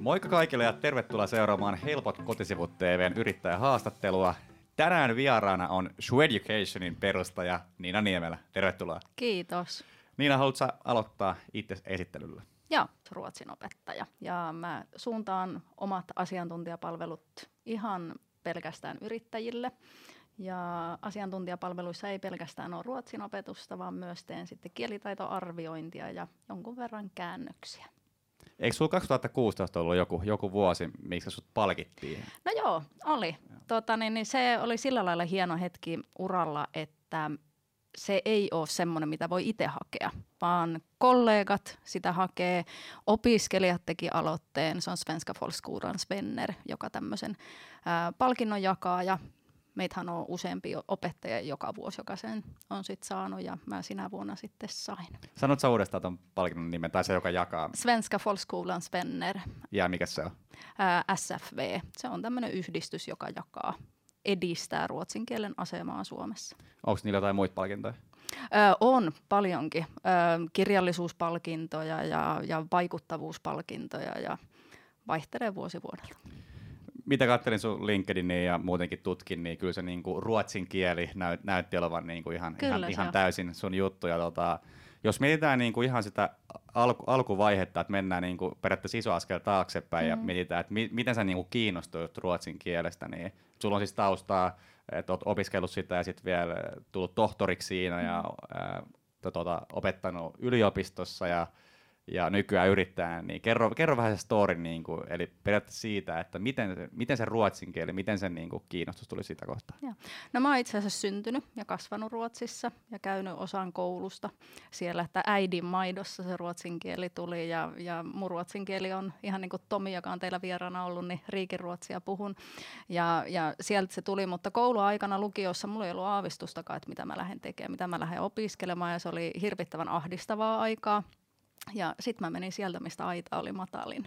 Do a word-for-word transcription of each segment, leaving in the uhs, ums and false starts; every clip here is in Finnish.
Moikka kaikille ja tervetuloa seuraamaan Helpot kotisivut T V:n yrittäjähaastattelua. Tänään vieraana on Shweducationin perustaja Niina Niemelä. Tervetuloa. Kiitos. Niina, haluatko aloittaa itse esittelyllä? Joo, ruotsin opettaja. Ja mä suuntaan omat asiantuntijapalvelut ihan pelkästään yrittäjille. Ja asiantuntijapalveluissa ei pelkästään ole ruotsin opetusta, vaan myös teen sitten kielitaitoarviointia ja jonkun verran käännöksiä. Eikö sulla kaksituhattakuusitoista ollut joku, joku vuosi, miksi sut palkittiin? No joo, oli. Tota, niin, niin se oli sillä lailla hieno hetki uralla, että se ei ole semmoinen, mitä voi itse hakea, vaan kollegat sitä hakee, opiskelijat teki aloitteen, se on Svenska Folkskolans Vänner, joka tämmöisen ää, palkinnon jakaa, ja meitähän on useampi opettaja joka vuosi, joka sen on sitten saanut, ja mä sinä vuonna sitten sain. Sanot sä uudestaan ton palkinnon nimen, tai se joka jakaa? Svenska Folkskolans Vänner. Ja mikä se on? Ää, S F V. Se on tämmöinen yhdistys, joka jakaa, edistää ruotsin kielen asemaa Suomessa. Onko niillä jotain muita palkintoja? Ö, on paljonkin. Ö, kirjallisuuspalkintoja ja, ja vaikuttavuuspalkintoja ja vaihtelee vuosi vuodelta. Mitä katselin sun LinkedInin ja muutenkin tutkin, niin kyllä se niinku ruotsin kieli näyt, näytti olevan niinku ihan, ihan, ihan täysin sun juttu. Ja tota, jos mietitään niinku ihan sitä alku, alkuvaihetta, että mennään niinku periaatteessa iso askel taaksepäin mm. ja mietitään, että mi, miten sä niinku kiinnostuit ruotsin kielestä, niin sulla on siis taustaa, että oot opiskellut sitä ja sitten vielä tullut tohtoriksi siinä mm. ja ää, tota, opettanut yliopistossa ja ja nykyään yrittää, niin kerro, kerro vähän se story, niin kuin, eli periaatteessa siitä, että miten, miten se ruotsin kieli, miten sen niin kuin, kiinnostus tuli sitä kohtaa. Joo. No mä oon itse asiassa syntynyt ja kasvanut Ruotsissa ja käynyt osan koulusta siellä, että äidin maidossa se ruotsin kieli tuli ja, ja mun ruotsin kieli on ihan niin kuin Tomi, joka on teillä vieraana ollut, niin riikiruotsia puhun ja, ja sieltä se tuli, mutta kouluaikana lukiossa mulla ei ollut aavistustakaan, että mitä mä lähden tekemään, mitä mä lähden opiskelemaan ja se oli hirvittävän ahdistavaa aikaa. Ja sitten mä menin sieltä, mistä aita oli matalin.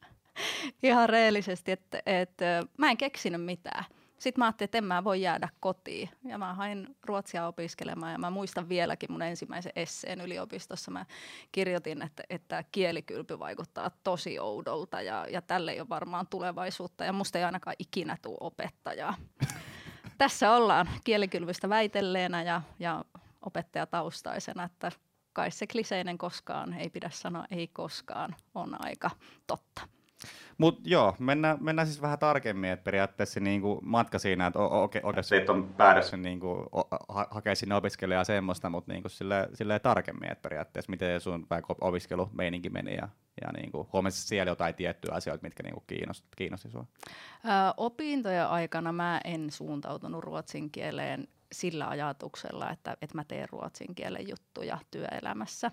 Ihan reellisesti, että et, mä en keksinyt mitään. Sitten mä ajattelin, että en mä voi jäädä kotiin. Ja mä hain ruotsia opiskelemaan ja mä muistan vieläkin mun ensimmäisen esseen yliopistossa. Mä kirjoitin, että, että kielikylpy vaikuttaa tosi oudolta ja, ja tälle ei ole varmaan tulevaisuutta. Ja musta ei ainakaan ikinä tule opettajaa. Tässä ollaan kielikylvystä väitelleenä ja, ja opettajataustaisena, että kai se kliseinen koskaan, ei pidä sanoa ei koskaan, on aika totta. Mut joo, mennään, mennään siis vähän tarkemmin, että periaatteessa niinku matka siinä, että okei, okay, okay, on päädössä niinku, ha- hakea sinne opiskelijaa semmoista, mutta niinku silleen, silleen tarkemmin, että periaatteessa miten sun opiskelumeininki meni ja, ja niinku, huomasit siellä jotain tiettyjä asioita, mitkä niinku kiinnosti, kiinnosti sua? Ö, opintojen aikana mä en suuntautunut ruotsin kieleen sillä ajatuksella, että, että mä teen ruotsin kielen juttuja työelämässä.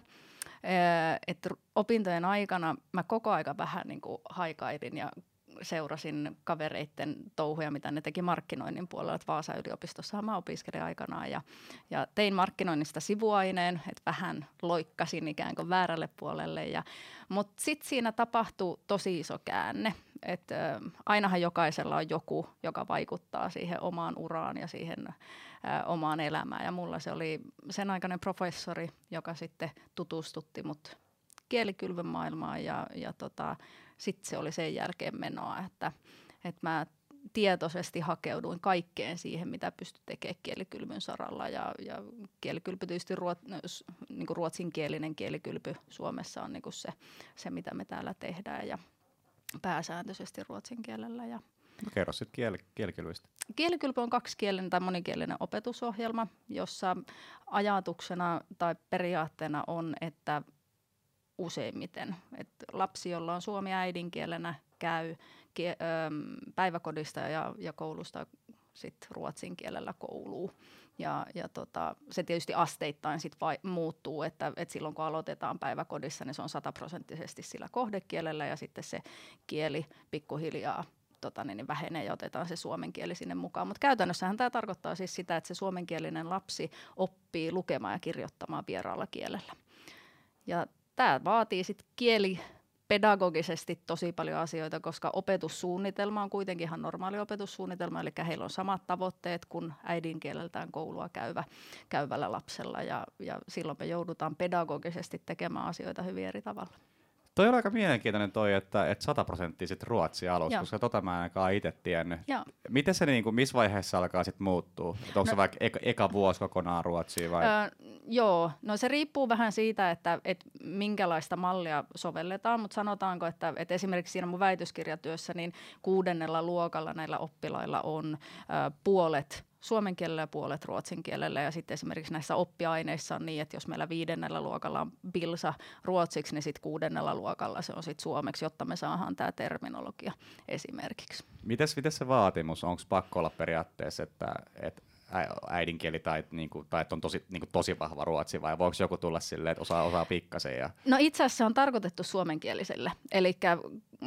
Et opintojen aikana mä koko aika vähän niin kuin haikailin ja seurasin kavereitten touhuja, mitä ne teki markkinoinnin puolella. Vaasan yliopistossahan mä opiskelin aikanaan ja, ja tein markkinoinnista sivuaineen, että vähän loikkasin ikään kuin väärälle puolelle. Mutta sitten siinä tapahtui tosi iso käänne. Et, ä, ainahan jokaisella on joku, joka vaikuttaa siihen omaan uraan ja siihen ä, omaan elämään. Ja mulla se oli sen aikainen professori, joka sitten tutustutti mut kielikylvyn maailmaan ja, ja tota, sitten se oli sen jälkeen menoa, että, että mä tietoisesti hakeuduin kaikkeen siihen, mitä pystyi tekemään kielikylvyn saralla. Ja, ja kielikylpy tietysti ruot, niin kuin ruotsinkielinen kielikylpy Suomessa on niin kuin se, se, mitä me täällä tehdään ja pääsääntöisesti ruotsin kielellä. Ja no kerro sitten kiel, kielikylvystä. Kielikylpy on kaksikielinen tai monikielinen opetusohjelma, jossa ajatuksena tai periaatteena on, että useimmiten. Et lapsi, jolla on suomi äidinkielenä, käy kie- päiväkodista ja, ja koulusta sit ruotsin kielellä kouluun. Ja, ja tota, se tietysti asteittain sit vai, muuttuu, että et silloin kun aloitetaan päiväkodissa, niin se on sataprosenttisesti sillä kohdekielellä ja sitten se kieli pikkuhiljaa tota, niin vähenee ja otetaan se suomen kieli sinne mukaan. Mutta käytännössähän tämä tarkoittaa siis sitä, että se suomenkielinen lapsi oppii lukemaan ja kirjoittamaan vieraalla kielellä. Ja tämä vaatii sitten kielipedagogisesti tosi paljon asioita, koska opetussuunnitelma on kuitenkin ihan normaali opetussuunnitelma, eli heillä on samat tavoitteet kuin äidinkieleltään koulua käyvä, käyvällä lapsella, ja, ja silloin me joudutaan pedagogisesti tekemään asioita hyvin eri tavalla. Toi on aika mielenkiintoinen toi, että, että sata prosenttia sit ruotsia alussa, Joo. koska tota mä en ainakaan itse tiennyt. Joo. Miten se niinku, missä vaiheessa alkaa sit muuttua? Et onko no, se vaikka eka, eka vuosi kokonaan ruotsia vai? Öö, joo, no se riippuu vähän siitä, että et minkälaista mallia sovelletaan, mutta sanotaanko, että et esimerkiksi siinä mun väitöskirjatyössä niin kuudennella luokalla näillä oppilailla on ö, puolet suomen kielellä ja puolet ruotsin kielellä. Ja sitten esimerkiksi näissä oppiaineissa on niin, että jos meillä viidennellä luokalla on bilsa ruotsiksi, niin sitten kuudennella luokalla se on sitten suomeksi, jotta me saadaan tämä terminologia esimerkiksi. Mites, mites se vaatimus? Onko pakko olla periaatteessa, että, että äidinkieli tai, niinku, tai että on tosi, niinku, tosi vahva ruotsi, vai voiko joku tulla silleen, että osaa, osaa pikkasen? Ja... No itse asiassa se on tarkoitettu suomenkieliselle, eli äh,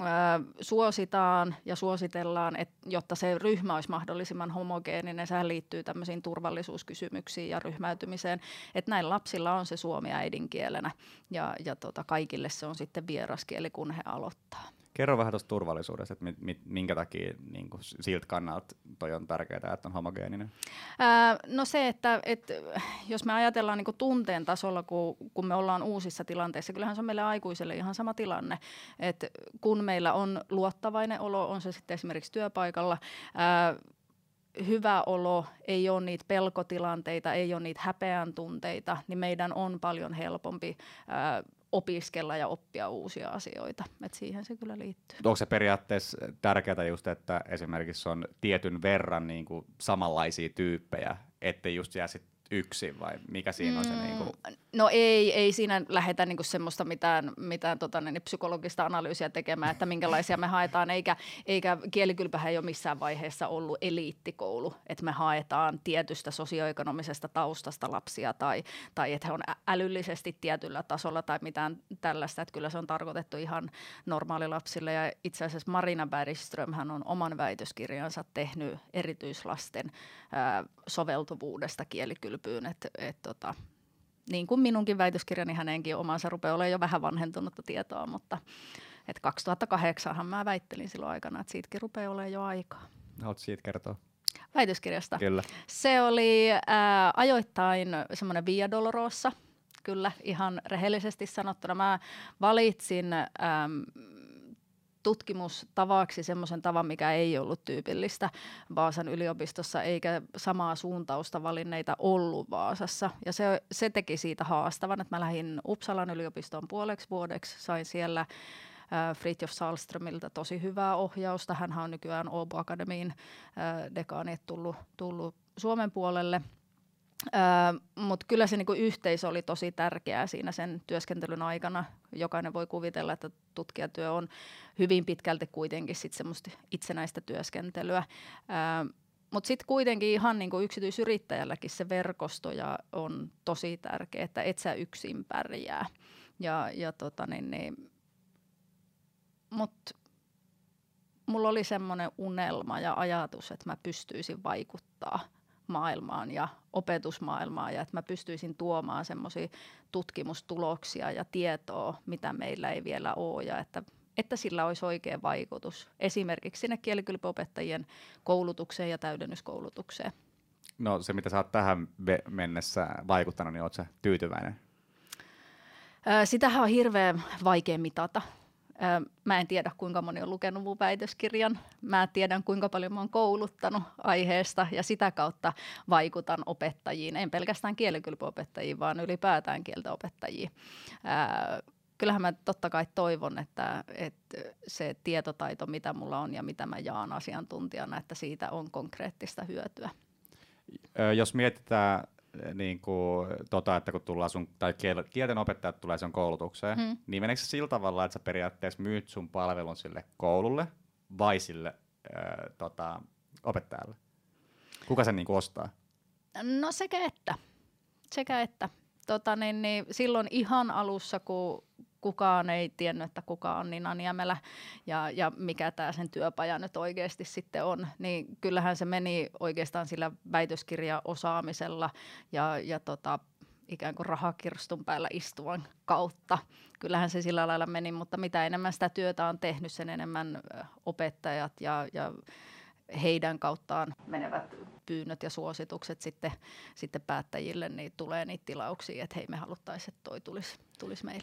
suositaan ja suositellaan, et, jotta se ryhmä olisi mahdollisimman homogeeninen. Sehän liittyy tämmöisiin turvallisuuskysymyksiin ja ryhmäytymiseen, että näillä lapsilla on se suomi äidinkielenä ja, ja tota, kaikille se on sitten vieraskieli, kun he aloittaa. Kerro vähän tuosta turvallisuudesta, että minkä takia niin kuin siltä kannalta toi on tärkeää, että on homogeeninen? Ää, no se, että et, jos me ajatellaan niin kuin tunteen tasolla, kun, kun me ollaan uusissa tilanteissa, kyllähän se on meille aikuisille ihan sama tilanne, että kun meillä on luottavainen olo, on se sitten esimerkiksi työpaikalla, ää, hyvä olo, ei ole niitä pelkotilanteita, ei ole niitä häpeän tunteita, niin meidän on paljon helpompi ää, opiskella ja oppia uusia asioita. Et siihen se kyllä liittyy. Onko se periaatteessa tärkeää just, että esimerkiksi on tietyn verran niin kuin samanlaisia tyyppejä, ettei just jää sit yksin, vai mikä siinä mm, on se? Niin kuin... No ei, ei siinä lähdetä niinku semmoista mitään, mitään tota, niin psykologista analyysiä tekemään, että minkälaisia me haetaan, eikä, eikä kielikylpyhän ei ole missään vaiheessa ollut eliittikoulu, että me haetaan tietystä sosioekonomisesta taustasta lapsia tai, tai että he on älyllisesti tietyllä tasolla tai mitään tällaista, että kyllä se on tarkoitettu ihan normaalilapsille ja itse asiassa Marina Bergström hän on oman väitöskirjansa tehnyt erityislasten ää, soveltuvuudesta kielikylpyyn, että et, tota, niin kuin minunkin väitöskirjani hänenkin omansa rupeaa olemaan jo vähän vanhentunutta tietoa, mutta et kaksituhattakahdeksan mä väittelin silloin aikana, että siitäkin rupeaa olemaan jo aikaa. Haluatko siitä kertoa? Väitöskirjasta? Kyllä. Se oli ää, ajoittain semmoinen Via Dolorosa, kyllä ihan rehellisesti sanottuna. Mä valitsin äm, tutkimustavaksi semmoisen tavan, mikä ei ollut tyypillistä Vaasan yliopistossa, eikä samaa suuntausta valinneita ollut Vaasassa. Ja se, se teki siitä haastavan, että mä lähdin Uppsalan yliopistoon puoleksi vuodeksi, sain siellä äh, Fritjof Sahlströmiltä tosi hyvää ohjausta. Hänhän on nykyään Åbo Akademiin äh, dekaani tullut, tullut Suomen puolelle. Öö, mutta kyllä se niinku yhteisö oli tosi tärkeää siinä sen työskentelyn aikana. Jokainen voi kuvitella, että tutkijatyö on hyvin pitkälti kuitenkin sit semmoista itsenäistä työskentelyä. Öö, mutta sitten kuitenkin ihan niinku yksityisyrittäjälläkin se verkosto ja on tosi tärkeä, että et sä yksin pärjää. Ja, ja tota niin, niin, mut mulla oli semmoinen unelma ja ajatus, että mä pystyisin vaikuttaa maailmaan ja opetusmaailmaan ja että mä pystyisin tuomaan semmoisia tutkimustuloksia ja tietoa, mitä meillä ei vielä ole ja että, että sillä olisi oikea vaikutus esimerkiksi sinne kielikylpyopettajien koulutukseen ja täydennyskoulutukseen. No se, mitä sä oot tähän mennessä vaikuttanut, niin oot sä tyytyväinen? Ö, sitähän on hirveän vaikea mitata. Mä en tiedä, kuinka moni on lukenut mun väitöskirjan. Mä tiedän, kuinka paljon mä oon kouluttanut aiheesta ja sitä kautta vaikutan opettajiin. En pelkästään kielikylpyopettajiin, vaan ylipäätään kieltenopettajiin. Ää, kyllähän mä totta kai toivon, että, että se tietotaito, mitä mulla on ja mitä mä jaan asiantuntijana, että siitä on konkreettista hyötyä. Jos mietitään niin kuin, tota, että kun tullaan sun, tai kielten opettajat tulee sen koulutukseen, hmm. niin meneekö se sillä tavalla, että sä periaatteessa myyt sun palvelun sille koululle vai sille äh, tota, opettajalle? Kuka sen niin kuin ostaa? No sekä että. Sekä että. Tota, niin, niin, silloin ihan alussa, kun kukaan ei tiennyt, että kuka on Nina Niemelä ja, ja mikä tämä sen työpaja nyt oikeasti sitten on, niin kyllähän se meni oikeastaan sillä väitöskirjaosaamisella ja, ja tota, ikään kuin rahakirstun päällä istuvan kautta. Kyllähän se sillä lailla meni, mutta mitä enemmän sitä työtä on tehnyt, sen enemmän opettajat ja, ja heidän kauttaan menevät pyynnöt ja suositukset sitten, sitten päättäjille, niin tulee niitä tilauksia, että hei, me haluttaisiin, että toi tulisi, tulisi meille.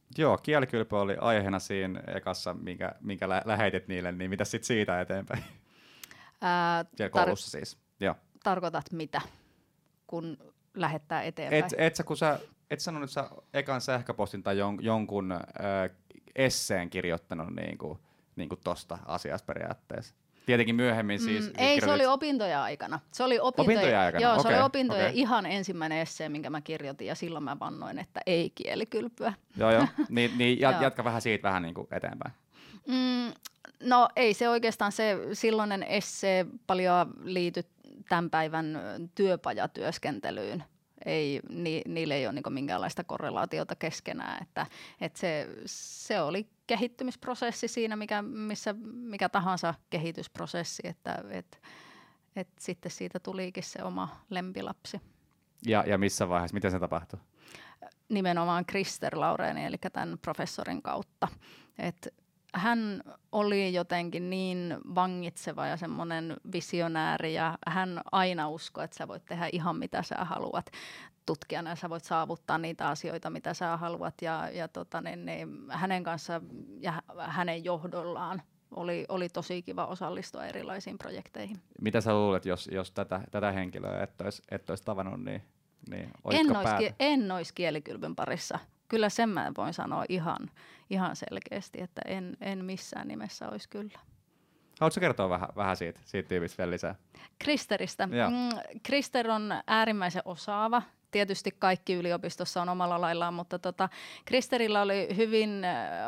Joo, kielikylpy oli aiheena siinä ekassa, minkä, minkä lä- lähetit niille, niin mitä sitten siitä eteenpäin? Ää, Siellä koulussa tar- siis, joo. Tarkoitat mitä, kun lähettää eteenpäin? Et, et sä, kun sä, et sanonut, että sä ekan sähköpostin tai jon, jonkun äh, esseen kirjoittanut niinku, niinku tosta asiasta periaatteessa. Tietenkin myöhemmin siis. Mm, ei, kirjoitit... se oli opintoja aikana. Se oli opintoja, opintoja aikana? Joo, okay, se oli opintoja okay. ihan ensimmäinen essee, minkä mä kirjoitin, ja silloin mä vannoin, että ei kielikylpyä. Joo, joo. Niin, niin jat, jatka vähän siitä vähän niin kuin eteenpäin. Mm, no ei se oikeastaan se silloinen essee paljon liity tämän päivän työpajatyöskentelyyn. Ei, ni, niillä ei ole niin minkäänlaista korrelaatiota keskenään, että, että se, se oli kehittymisprosessi siinä, mikä, missä, mikä tahansa kehitysprosessi, että et, et sitten siitä tulikin se oma lempilapsi. Ja, ja missä vaiheessa, miten se tapahtui? Nimenomaan Krister Laureeni, eli tämän professorin kautta. Et hän oli jotenkin niin vangitseva ja semmoinen visionääri, ja hän aina uskoi, että sä voit tehdä ihan mitä sä haluat tutkijana, ja sä voit saavuttaa niitä asioita, mitä sä haluat, ja, ja tota, niin, niin, hänen kanssa ja hänen johdollaan oli, oli tosi kiva osallistua erilaisiin projekteihin. Mitä sä luulet, jos, jos tätä, tätä henkilöä et olisi, et olisi tavannut, niin, niin en olisi, en olisi kielikylpyn parissa. Kyllä sen mä voin sanoa ihan, ihan selkeästi, että en, en missään nimessä olisi kyllä. Haluatko kertoa vähän, vähän siitä, siitä tyypistä vielä lisää? Kristeristä. Mm, Krister on äärimmäisen osaava. Tietysti kaikki yliopistossa on omalla laillaan, mutta tota, Kristerillä oli hyvin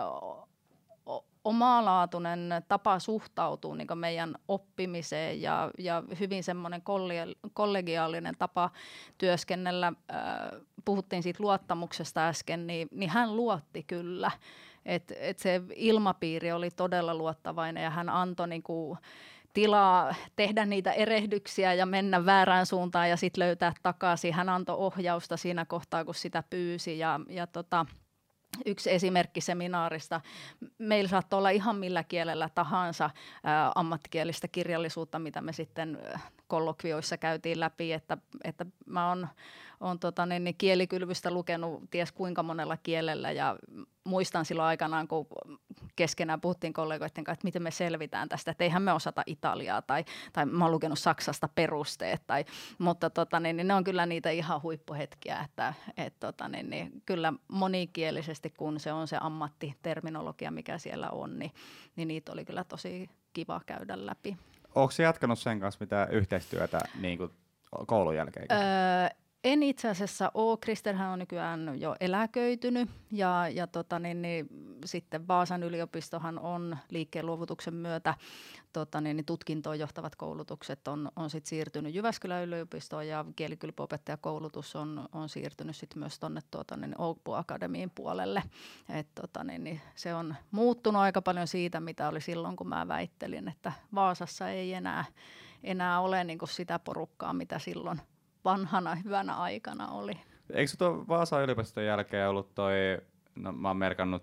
ö, omalaatuinen tapa suhtautua niin kuin meidän oppimiseen ja, ja hyvin semmoinen kollegiaalinen tapa työskennellä. Ö, puhuttiin siitä luottamuksesta äsken, niin, niin hän luotti kyllä. Et, et se ilmapiiri oli todella luottavainen, ja hän antoi niinku tilaa tehdä niitä erehdyksiä ja mennä väärään suuntaan ja sitten löytää takaisin. Hän antoi ohjausta siinä kohtaa, kun sitä pyysi, ja, ja tota, yksi esimerkki seminaarista. Meillä saattoi olla ihan millä kielellä tahansa ää, ammattikielistä kirjallisuutta, mitä me sitten kollokvioissa käytiin läpi, että, että mä oon on tota, niin, kielikylvystä lukenut ties kuinka monella kielellä, ja muistan silloin aikanaan, kun keskenään puhuttiin kollegoiden kanssa, että miten me selvitään tästä, että eihän me osata italiaa, tai, tai mä oon lukenut Saksasta perusteet, tai, mutta tota, niin, niin ne on kyllä niitä ihan huippuhetkiä, että et, tota, niin, niin, kyllä monikielisesti, kun se on se ammattiterminologia, mikä siellä on, niin, niin niitä oli kyllä tosi kiva käydä läpi. Oletko jatkanut sen kanssa mitään yhteistyötä niin kuin koulun jälkeen? Öö, en itse asiassa ole. Kristerhän on nykyään jo eläköitynyt, ja, ja tota, niin, niin, sitten Vaasan yliopistohan on liikkeen luovutuksen myötä tota, niin, niin, tutkintoon johtavat koulutukset on, on sit siirtynyt Jyväskylän yliopistoon, ja kielikylpyopettajakoulutus on, on siirtynyt sit myös tuonne tuota, niin, Oupu Akademiin puolelle. Et, tota, niin, niin, se on muuttunut aika paljon siitä, mitä oli silloin, kun mä väittelin, että Vaasassa ei enää, enää ole niin kuin sitä porukkaa, mitä silloin vanhana hyvänä aikana oli. Eikö tuo Vaasan yliopiston jälkeen ollut toi, no mä oon merkannut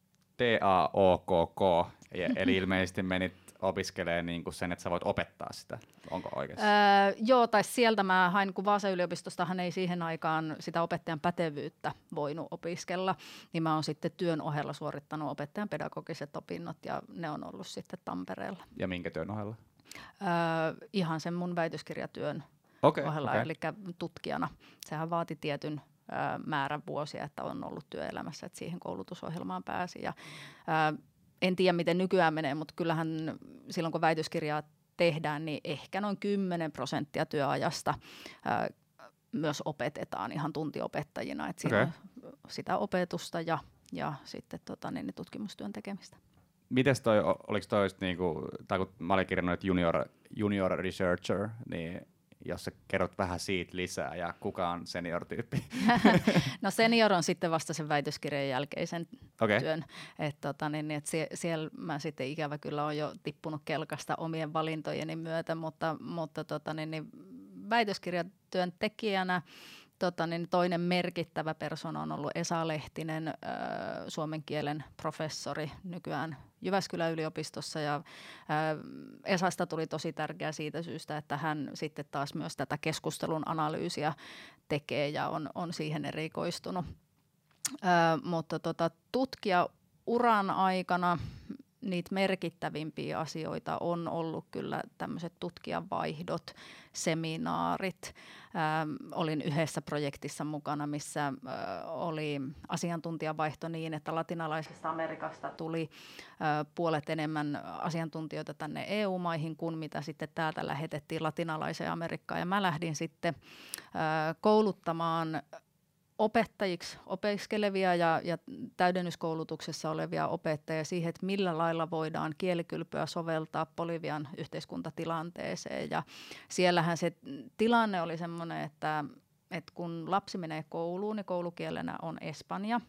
T A O K K, eli ilmeisesti menit opiskelemaan niin kuin sen, että sä voit opettaa sitä. Onko oikeassa? Öö, joo, tai sieltä mä hain, kun Vaasan yliopistostahan ei siihen aikaan sitä opettajan pätevyyttä voinut opiskella, niin mä oon sitten työn ohella suorittanut opettajan pedagogiset opinnot, ja ne on ollut sitten Tampereella. Ja minkä työn ohella? Öö, ihan sen mun väitöskirjatyön Okay, ohella, okay. Eli tutkijana. Sehän vaati tietyn ö, määrän vuosia, että on ollut työelämässä, että siihen koulutusohjelmaan pääsi. Ja, ö, en tiedä, miten nykyään menee, mutta kyllähän silloin, kun väitöskirjaa tehdään, niin ehkä noin kymmenen prosenttia työajasta ö, myös opetetaan ihan tuntiopettajina. Että okay. Siinä on sitä opetusta ja, ja sitten tota, niin, tutkimustyön tekemistä. Mites toi, oliko toi niinku, tai kun mä olin kirjannut, että junior, junior researcher, niin jos sä kerrot vähän siitä lisää, ja kuka on senior-tyyppi? No senior on sitten vasta sen väitöskirjan jälkeisen okay. työn. Et tota, niin, et sie, siellä mä sitten ikävä kyllä on jo tippunut kelkasta omien valintojeni myötä, mutta, mutta tota, niin, niin, väitöskirjatyön tekijänä Tota, niin toinen merkittävä persona on ollut Esa Lehtinen, äh, suomen kielen professori nykyään Jyväskylän yliopistossa, ja äh, Esasta tuli tosi tärkeä siitä syystä, että hän sitten taas myös tätä keskustelun analyysiä tekee ja on, on siihen erikoistunut. Ö, mutta tota, tutkijauran aikana niitä merkittävimpiä asioita on ollut kyllä tämmöiset tutkijanvaihdot, seminaarit. Ähm, olin yhdessä projektissa mukana, missä äh, oli asiantuntijavaihto niin, että latinalaisesta Amerikasta tuli äh, puolet enemmän asiantuntijoita tänne E U-maihin kuin mitä sitten täältä lähetettiin latinalaiseen Amerikkaan. Ja mä lähdin sitten äh, kouluttamaan opettajiksi opiskelevia ja, ja täydennyskoulutuksessa olevia opettajia siihen, että millä lailla voidaan kielikylpyä soveltaa Bolivian yhteiskuntatilanteeseen. Ja siellähän se tilanne oli semmoinen, että, että kun lapsi menee kouluun, niin koulukielenä on espanja.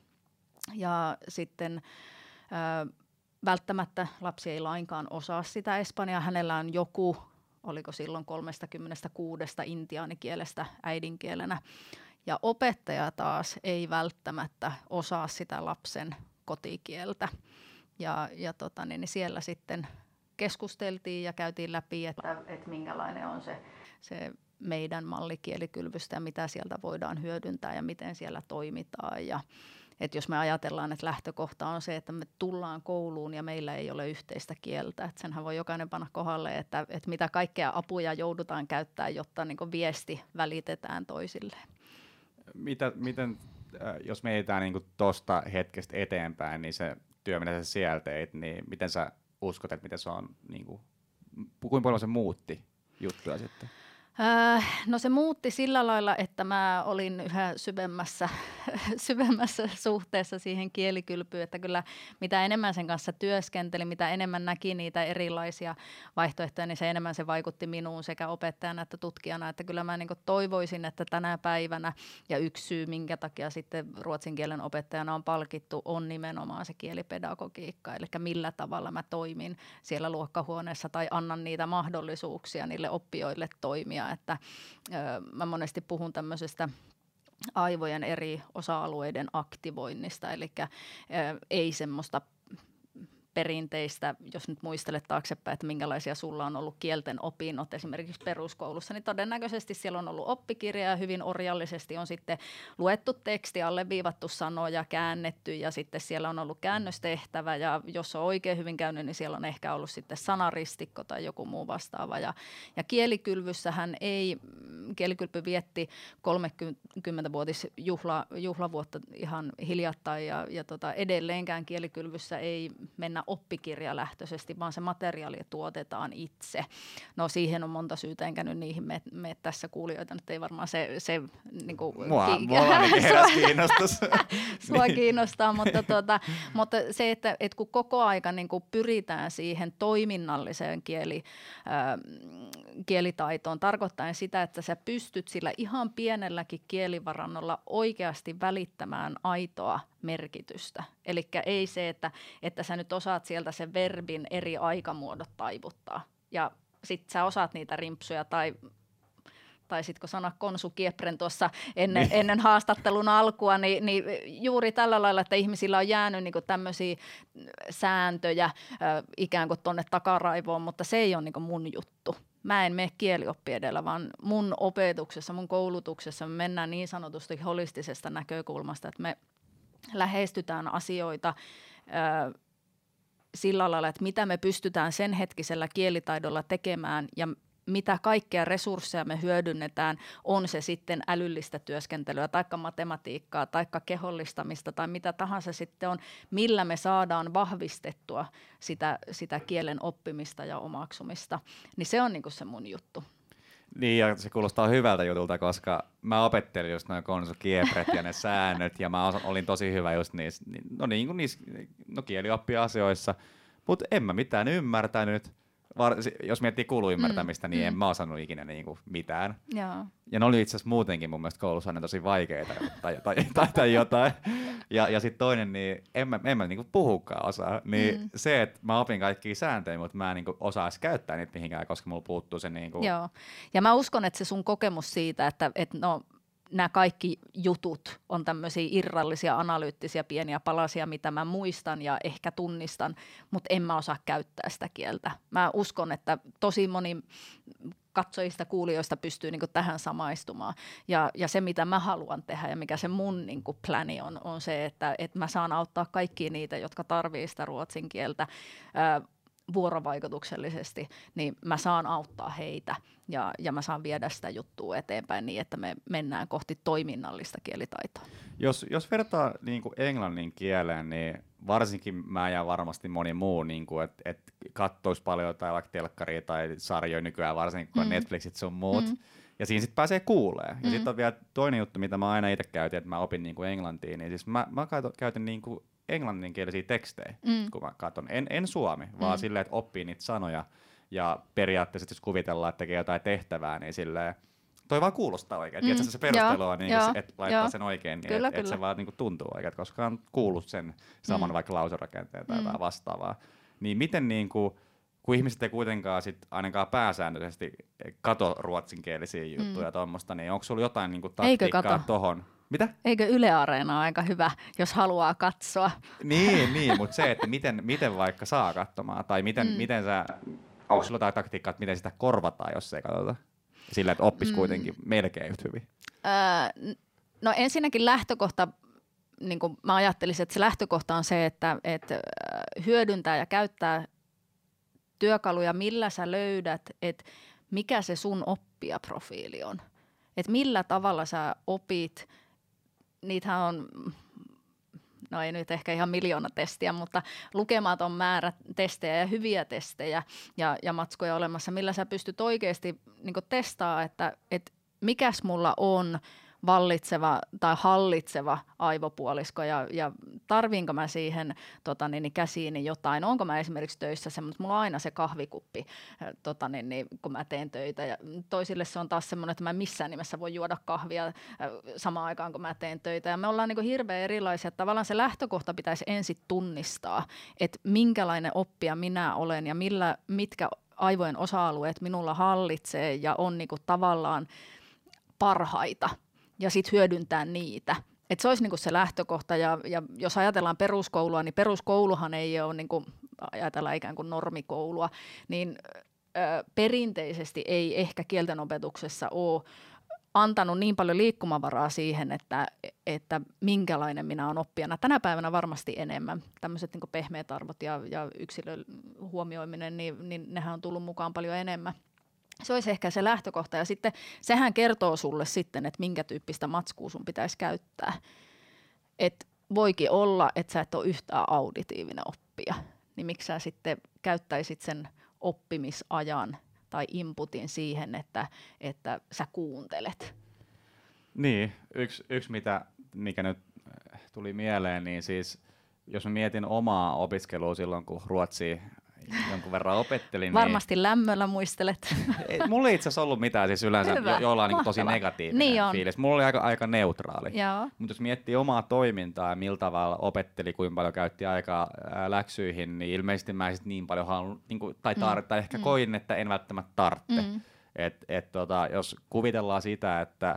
Ja sitten ää, välttämättä lapsi ei lainkaan osaa sitä espanjaa. Hänellä on joku, oliko silloin kolmekymmentäkuusi intiaanikielestä äidinkielenä. Ja opettaja taas ei välttämättä osaa sitä lapsen kotikieltä. Ja, ja tota, niin siellä sitten keskusteltiin ja käytiin läpi, että, että minkälainen on se, se meidän malli kielikylvystä ja mitä sieltä voidaan hyödyntää ja miten siellä toimitaan. Ja, että jos me ajatellaan, että lähtökohta on se, että me tullaan kouluun ja meillä ei ole yhteistä kieltä, että senhän voi jokainen panna kohdalle, että, että mitä kaikkea apuja joudutaan käyttämään, jotta niin kuin viesti välitetään toisilleen. Mitä, miten, äh, jos mietitään niin tuosta hetkestä eteenpäin, niin se työ, mitä sä siellä teit, niin miten sä uskot, että miten se on, niin kuin, kuinka paljon se muutti juttuja sitten? Äh, no se muutti sillä lailla, että mä olin yhä syvemmässä, syvemmässä suhteessa siihen kielikylpyyn, että kyllä mitä enemmän sen kanssa työskenteli, mitä enemmän näki niitä erilaisia vaihtoehtoja, niin se enemmän se vaikutti minuun sekä opettajana että tutkijana, että kyllä mä niin kuin toivoisin, että tänä päivänä ja yksi syy, minkä takia sitten ruotsin kielen opettajana on palkittu, on nimenomaan se kielipedagogiikka, eli millä tavalla mä toimin siellä luokkahuoneessa tai annan niitä mahdollisuuksia niille oppijoille toimia. Että ö, mä monesti puhun tämmöisestä aivojen eri osa-alueiden aktivoinnista, eli ö, ei semmoista perinteistä, jos nyt muistelet taaksepäin, että minkälaisia sulla on ollut kielten opinnot esimerkiksi peruskoulussa, niin todennäköisesti siellä on ollut oppikirja ja hyvin orjallisesti on sitten luettu teksti, alleviivattu sanoja, käännetty ja sitten siellä on ollut käännöstehtävä ja jos on oikein hyvin käynyt, niin siellä on ehkä ollut sitten sanaristikko tai joku muu vastaava. Ja, ja kielikylvyssähän ei, kielikylpy vietti kolmekymmentävuotis juhla, juhlavuotta ihan hiljattain ja, ja tota, edelleenkään kielikylvyssä ei mennä oppikirjalähtöisesti, vaan se materiaali tuotetaan itse. No siihen on monta syytä, enkä nyt niihin me, me tässä kuulijoita, nyt ei varmaan se... se niin kuin, mua ki- mua ainakin heräs kiinnostus. Sua kiinnostaa, mutta, tuota, mutta se, että, että kun koko aika niin kuin pyritään siihen toiminnalliseen kieli, äh, kielitaitoon, tarkoittaen sitä, että sä pystyt sillä ihan pienelläkin kielivarannolla oikeasti välittämään aitoa merkitystä. Eli ei se, että, että sä nyt osaat sieltä sen verbin eri aikamuodot taivuttaa. Ja sit sä osaat niitä rimpsuja tai, tai sit kun sana konsu kiepren tuossa ennen, ennen haastattelun alkua, niin, niin juuri tällä lailla, että ihmisillä on jäänyt niin kuin tämmöisiä sääntöjä äh, ikään kuin tonne takaraivoon, mutta se ei ole niin kuin mun juttu. Mä en mene kielioppi edellä, vaan mun opetuksessa, mun koulutuksessa me mennään niin sanotusti holistisesta näkökulmasta, että me lähestytään asioita ö, sillä lailla, että mitä me pystytään sen hetkisellä kielitaidolla tekemään ja mitä kaikkea resursseja me hyödynnetään, on se sitten älyllistä työskentelyä, taikka matematiikkaa, taikka kehollistamista tai mitä tahansa sitten on, millä me saadaan vahvistettua sitä, sitä kielen oppimista ja omaksumista, niin se on niinku se mun juttu. Niin, ja se kuulostaa hyvältä jutulta, koska mä opettelin just noin konsukiepret ja ne säännöt, ja mä olin tosi hyvä just niissä, no niin kuin niissä, no kielioppiasioissa, mutta en mä mitään ymmärtänyt. Var, jos miettii kuuluymmärtämistä, mm, niin mm. en mä osannut ikinä niinku mitään. Jaa. Ja ne oli itse asiassa muutenkin mun mielestä koulussa aina tosi vaikeita tai, tai, tai, tai jotain. Ja, ja sitten toinen, niin en mä, en mä niinku puhukaan osaa. Niin mm. se, että mä opin kaikkia sääntöjä, mutta mä en niinku osaa edes käyttää niitä mihinkään, koska mulla puuttuu se niinku... Joo. Ja mä uskon, että se sun kokemus siitä, että et no... nämä kaikki jutut on tämmöisiä irrallisia, analyyttisiä pieniä palasia, mitä mä muistan ja ehkä tunnistan, mutta en mä osaa käyttää sitä kieltä. Mä uskon, että tosi moni katsojista, kuulijoista pystyy niin kuin tähän samaistumaan. Ja, ja se, mitä mä haluan tehdä ja mikä se mun niin kuin pläni on, on se, että, että mä saan auttaa kaikkia niitä, jotka tarvii sitä ruotsin kieltä ää, vuorovaikutuksellisesti, niin mä saan auttaa heitä ja, ja mä saan viedä sitä juttua eteenpäin niin, että me mennään kohti toiminnallista kielitaitoa. Jos, jos vertaa niin kuin englannin kieleen, niin varsinkin mä ja varmasti moni muu, niin että et katsoisi paljon jotain vaikka telkkaria tai sarjoja nykyään, varsinkin kun mm. Netflixit sun muut, mm. ja siinä sitten pääsee kuulee. Ja mm. sitten on vielä toinen juttu, mitä mä aina itse käytin, että mä opin niin kuin englantia, niin siis mä, mä käytin niin kuin englanninkielisiä tekstejä, mm. kun mä katson. En, en suomi, vaan mm. silleen, että oppii niitä sanoja, ja periaatteessa, jos kuvitellaan, että tekee jotain tehtävää, niin silleen, toi vaan kuulostaa oikein. Mm. Tiedätkö, se perustelu on, niin että laittaa joo. sen oikein, niin että et se vaan niin kuin tuntuu oikein, koska on kuullut sen saman mm. vaikka lauserakenteen tai mm. vastaavaa. Niin miten, niin kuin, kun ihmiset ei kuitenkaan sit ainakaan pääsäännöllisesti kato ruotsinkielisiä juttuja mm. tuommoista, niin onko sulla jotain niin kuin taktiikkaa tohon? Mitä? Eikö Yle Areena ole aika hyvä, jos haluaa katsoa? Niin, niin mutta se, että miten, miten vaikka saa katsomaan, tai miten, mm. miten sä, onko sulla jotain taktiikkaa, että miten sitä korvataan, jos ei katsota? Sillä, että oppisi kuitenkin mm. melkein yhtä hyvin. Öö, no ensinnäkin lähtökohta, niin kuin mä ajattelisin, että se lähtökohta on se, että, että hyödyntää ja käyttää työkaluja, millä sä löydät, että mikä se sun oppijaprofiili on. Että millä tavalla sä opit, niitähän on, no ei nyt ehkä ihan miljoona testiä, mutta lukematon määrä testejä ja hyviä testejä ja, ja matskoja olemassa, millä sä pystyt oikeasti niin kuin testaa, että, että mikäs mulla on vallitseva tai hallitseva aivopuolisko ja, ja tarviinko mä siihen tota, niin, niin käsiini jotain. Onko mä esimerkiksi töissä semmoinen, että mulla on aina se kahvikuppi, tota, niin, niin, kun mä teen töitä. Ja toisille se on taas semmoinen, että mä missään nimessä voi juoda kahvia äh, samaan aikaan, kun mä teen töitä. Ja me ollaan niin kuin hirveän erilaisia. Tavallaan se lähtökohta pitäisi ensin tunnistaa, että minkälainen oppija minä olen ja millä, mitkä aivojen osa-alueet minulla hallitsee ja on niin kuin tavallaan parhaita. Ja sitten hyödyntää niitä. Et se olisi niinku se lähtökohta, ja, ja jos ajatellaan peruskoulua, niin peruskouluhan ei ole, niinku, ajatellaan ikään kuin normikoulua, niin ö, perinteisesti ei ehkä kieltenopetuksessa ole antanut niin paljon liikkumavaraa siihen, että, että minkälainen minä olen oppijana. Tänä päivänä varmasti enemmän. Tämmöiset niinku pehmeät arvot ja, ja yksilön huomioiminen, niin, niin nehän on tullut mukaan paljon enemmän. Se olisi ehkä se lähtökohta, ja sitten sehän kertoo sulle sitten, että minkä tyyppistä matskua sun pitäisi käyttää. Et voikin olla, että sä et ole yhtään auditiivinen oppija, niin miksi sä sitten käyttäisit sen oppimisajan tai inputin siihen, että, että sä kuuntelet. Niin, yksi, yksi mitä, mikä nyt tuli mieleen, niin siis jos mä mietin omaa opiskelua silloin, kun ruotsia jonkun verran opettelin. Varmasti niin lämmöllä muistelet. Ei, mulla ei itse asiassa ollut mitään siis yleensä, jo, joilla on niin tosi negatiivinen niin fiilis. Mulla oli aika, aika neutraali. Mutta jos miettii omaa toimintaa ja millä tavalla opetteli, kuinka paljon käytti aikaa ää, läksyihin, niin ilmeisesti mä en sit niin paljon halunnut, niin kuin, tai, tar- mm. tai ehkä mm. koin, että en välttämättä tarvitse. Mm. Et, et, tota, jos kuvitellaan sitä, että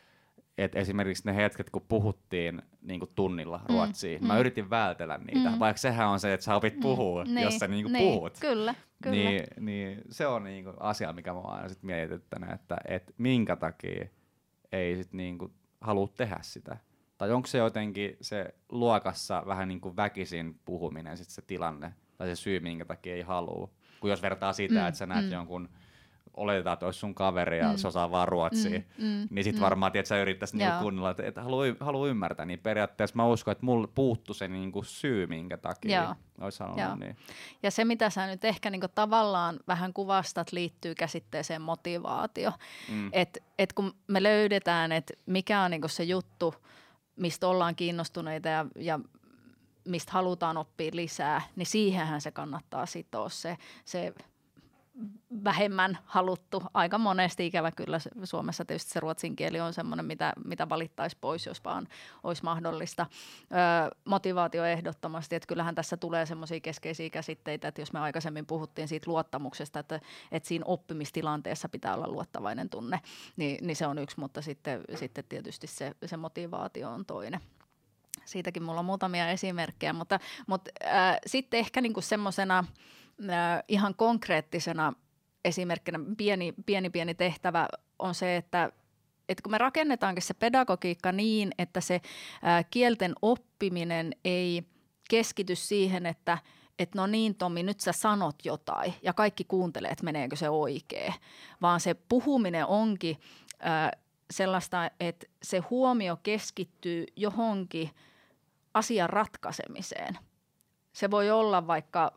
et esimerkiksi ne hetket, kun puhuttiin niin kuin tunnilla ruotsia, mm. mä yritin vältellä niitä, mm. vaikka sehän on se, että sä opit puhua, mm. jos sä niin kuin niin. puhut. Kyllä, kyllä. Niin, niin se on niin kuin asia, mikä mä oon aina sit mietittänyt, että et minkä takia ei sit niin kuin halua tehdä sitä. Tai onko se jotenkin se luokassa vähän niin kuin väkisin puhuminen sit se tilanne, tai se syy, minkä takia ei halua. Kun jos vertaa sitä, mm. että sä näet mm. jonkun, oletetaan, että olisi sun kaveri ja mm. se osaa vaan ruotsia, mm. mm. niin sit mm. varmaan tiedät, sä yrittäisit niinku kuunnella, että et haluaa haluu ymmärtää. Niin periaatteessa mä uskon, että mulla puuttui se niinku syy, minkä takia olisi sanonut niin. Ja se, mitä sä nyt ehkä niinku tavallaan vähän kuvastat, liittyy käsitteeseen motivaatio. Mm. Että et kun me löydetään, että mikä on niinku se juttu, mistä ollaan kiinnostuneita ja, ja mistä halutaan oppia lisää, niin siihenhän se kannattaa sitoa se, se vähemmän haluttu. Aika monesti ikävä kyllä Suomessa tietysti se ruotsin kieli on semmoinen, mitä, mitä valittaisi pois, jos vaan olisi mahdollista. Öö, motivaatio ehdottomasti, että kyllähän tässä tulee semmoisia keskeisiä käsitteitä, että jos me aikaisemmin puhuttiin siitä luottamuksesta, että, että siinä oppimistilanteessa pitää olla luottavainen tunne, niin, niin se on yksi, mutta sitten, sitten tietysti se, se motivaatio on toinen. Siitäkin mulla on muutamia esimerkkejä, mutta, mutta äh, sitten ehkä niinku semmoisena äh, ihan konkreettisena esimerkkinä pieni, pieni, pieni tehtävä on se, että et kun me rakennetaankin se pedagogiikka niin, että se ää, kielten oppiminen ei keskity siihen, että et no niin Tommi, nyt sä sanot jotain ja kaikki kuuntelee, että meneekö se oikein, vaan se puhuminen onkin ää, sellaista, että se huomio keskittyy johonkin asian ratkaisemiseen. Se voi olla vaikka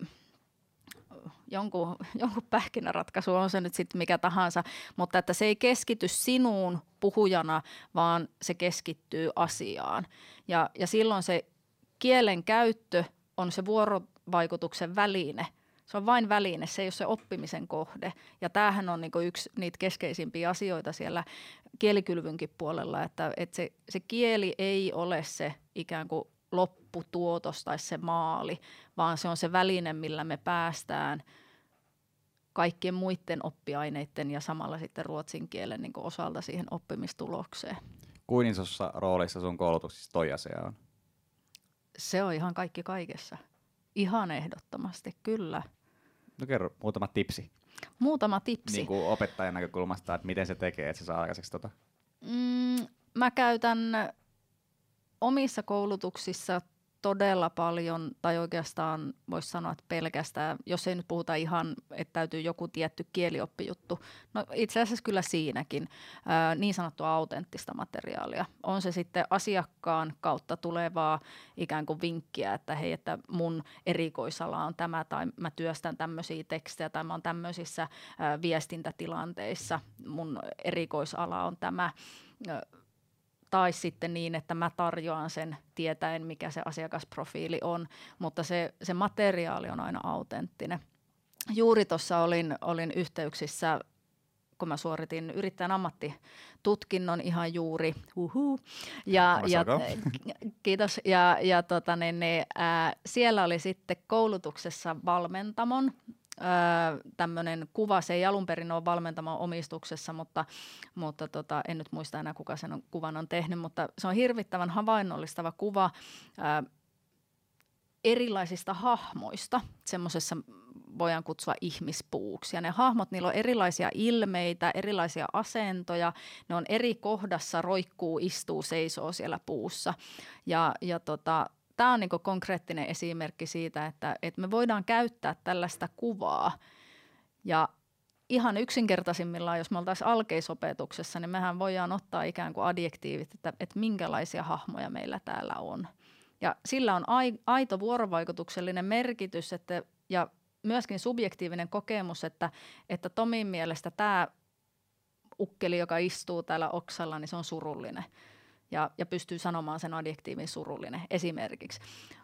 jonkun, jonkun pähkinäratkaisu, on se nyt sitten mikä tahansa, mutta että se ei keskity sinuun puhujana, vaan se keskittyy asiaan. Ja, ja silloin se kielen käyttö on se vuorovaikutuksen väline. Se on vain väline, se ei ole se oppimisen kohde. Ja tämähän on niinku yksi niitä keskeisimpiä asioita siellä kielikylvynkin puolella, että, että se, se kieli ei ole se ikään kuin lopputuotos tai se maali, vaan se on se väline, millä me päästään kaikkien muiden oppiaineiden ja samalla sitten ruotsin kielen niin kuin osalta siihen oppimistulokseen. Kuin isossa roolissa sun koulutuksessa toi asia on? Se on ihan kaikki kaikessa. Ihan ehdottomasti, kyllä. No kerro muutama tipsi. Muutama tipsi. Niin kuin opettajan näkökulmasta, että miten se tekee, että se saa aikaiseksi tota? Mm, mä käytän omissa koulutuksissa todella paljon, tai oikeastaan voisi sanoa, että pelkästään, jos ei nyt puhuta ihan, että täytyy joku tietty kielioppijuttu. No itse asiassa kyllä siinäkin ää, niin sanottua autenttista materiaalia. On se sitten asiakkaan kautta tulevaa ikään kuin vinkkiä, että hei, että mun erikoisala on tämä, tai mä työstän tämmöisiä tekstejä, tai mä oon tämmöisissä ää, viestintätilanteissa, mun erikoisala on tämä. Tai sitten niin, että mä tarjoan sen tietäen, mikä se asiakasprofiili on, mutta se, se materiaali on aina autenttinen. Juuri tuossa olin, olin yhteyksissä, kun mä suoritin yrittäjän ammattitutkinnon ihan juuri. Uhu. Ja, ja, kiitos. Ja, ja tota, niin, niin, ää, siellä oli sitten koulutuksessa valmentamon tämmöinen kuva, se ei alun perin ole valmentamon omistuksessa, mutta, mutta tota, en nyt muista enää kuka sen on, kuvan on tehnyt, mutta se on hirvittävän havainnollistava kuva ää, erilaisista hahmoista, semmoisessa voidaan kutsua ihmispuuksi. Ja ne hahmot, niillä on erilaisia ilmeitä, erilaisia asentoja, ne on eri kohdassa, roikkuu, istuu, seisoo siellä puussa. Ja, ja tota, tämä on niin kuin konkreettinen esimerkki siitä, että, että me voidaan käyttää tällaista kuvaa ja ihan yksinkertaisimmillaan, jos me oltaisiin alkeisopetuksessa, niin mehän voidaan ottaa ikään kuin adjektiivit, että, että minkälaisia hahmoja meillä täällä on. Ja sillä on aito vuorovaikutuksellinen merkitys että, ja myöskin subjektiivinen kokemus, että, että Tomin mielestä tämä ukkeli, joka istuu täällä oksalla, niin se on surullinen. Ja, ja pystyy sanomaan sen adjektiivin surullinen esimerkiksi.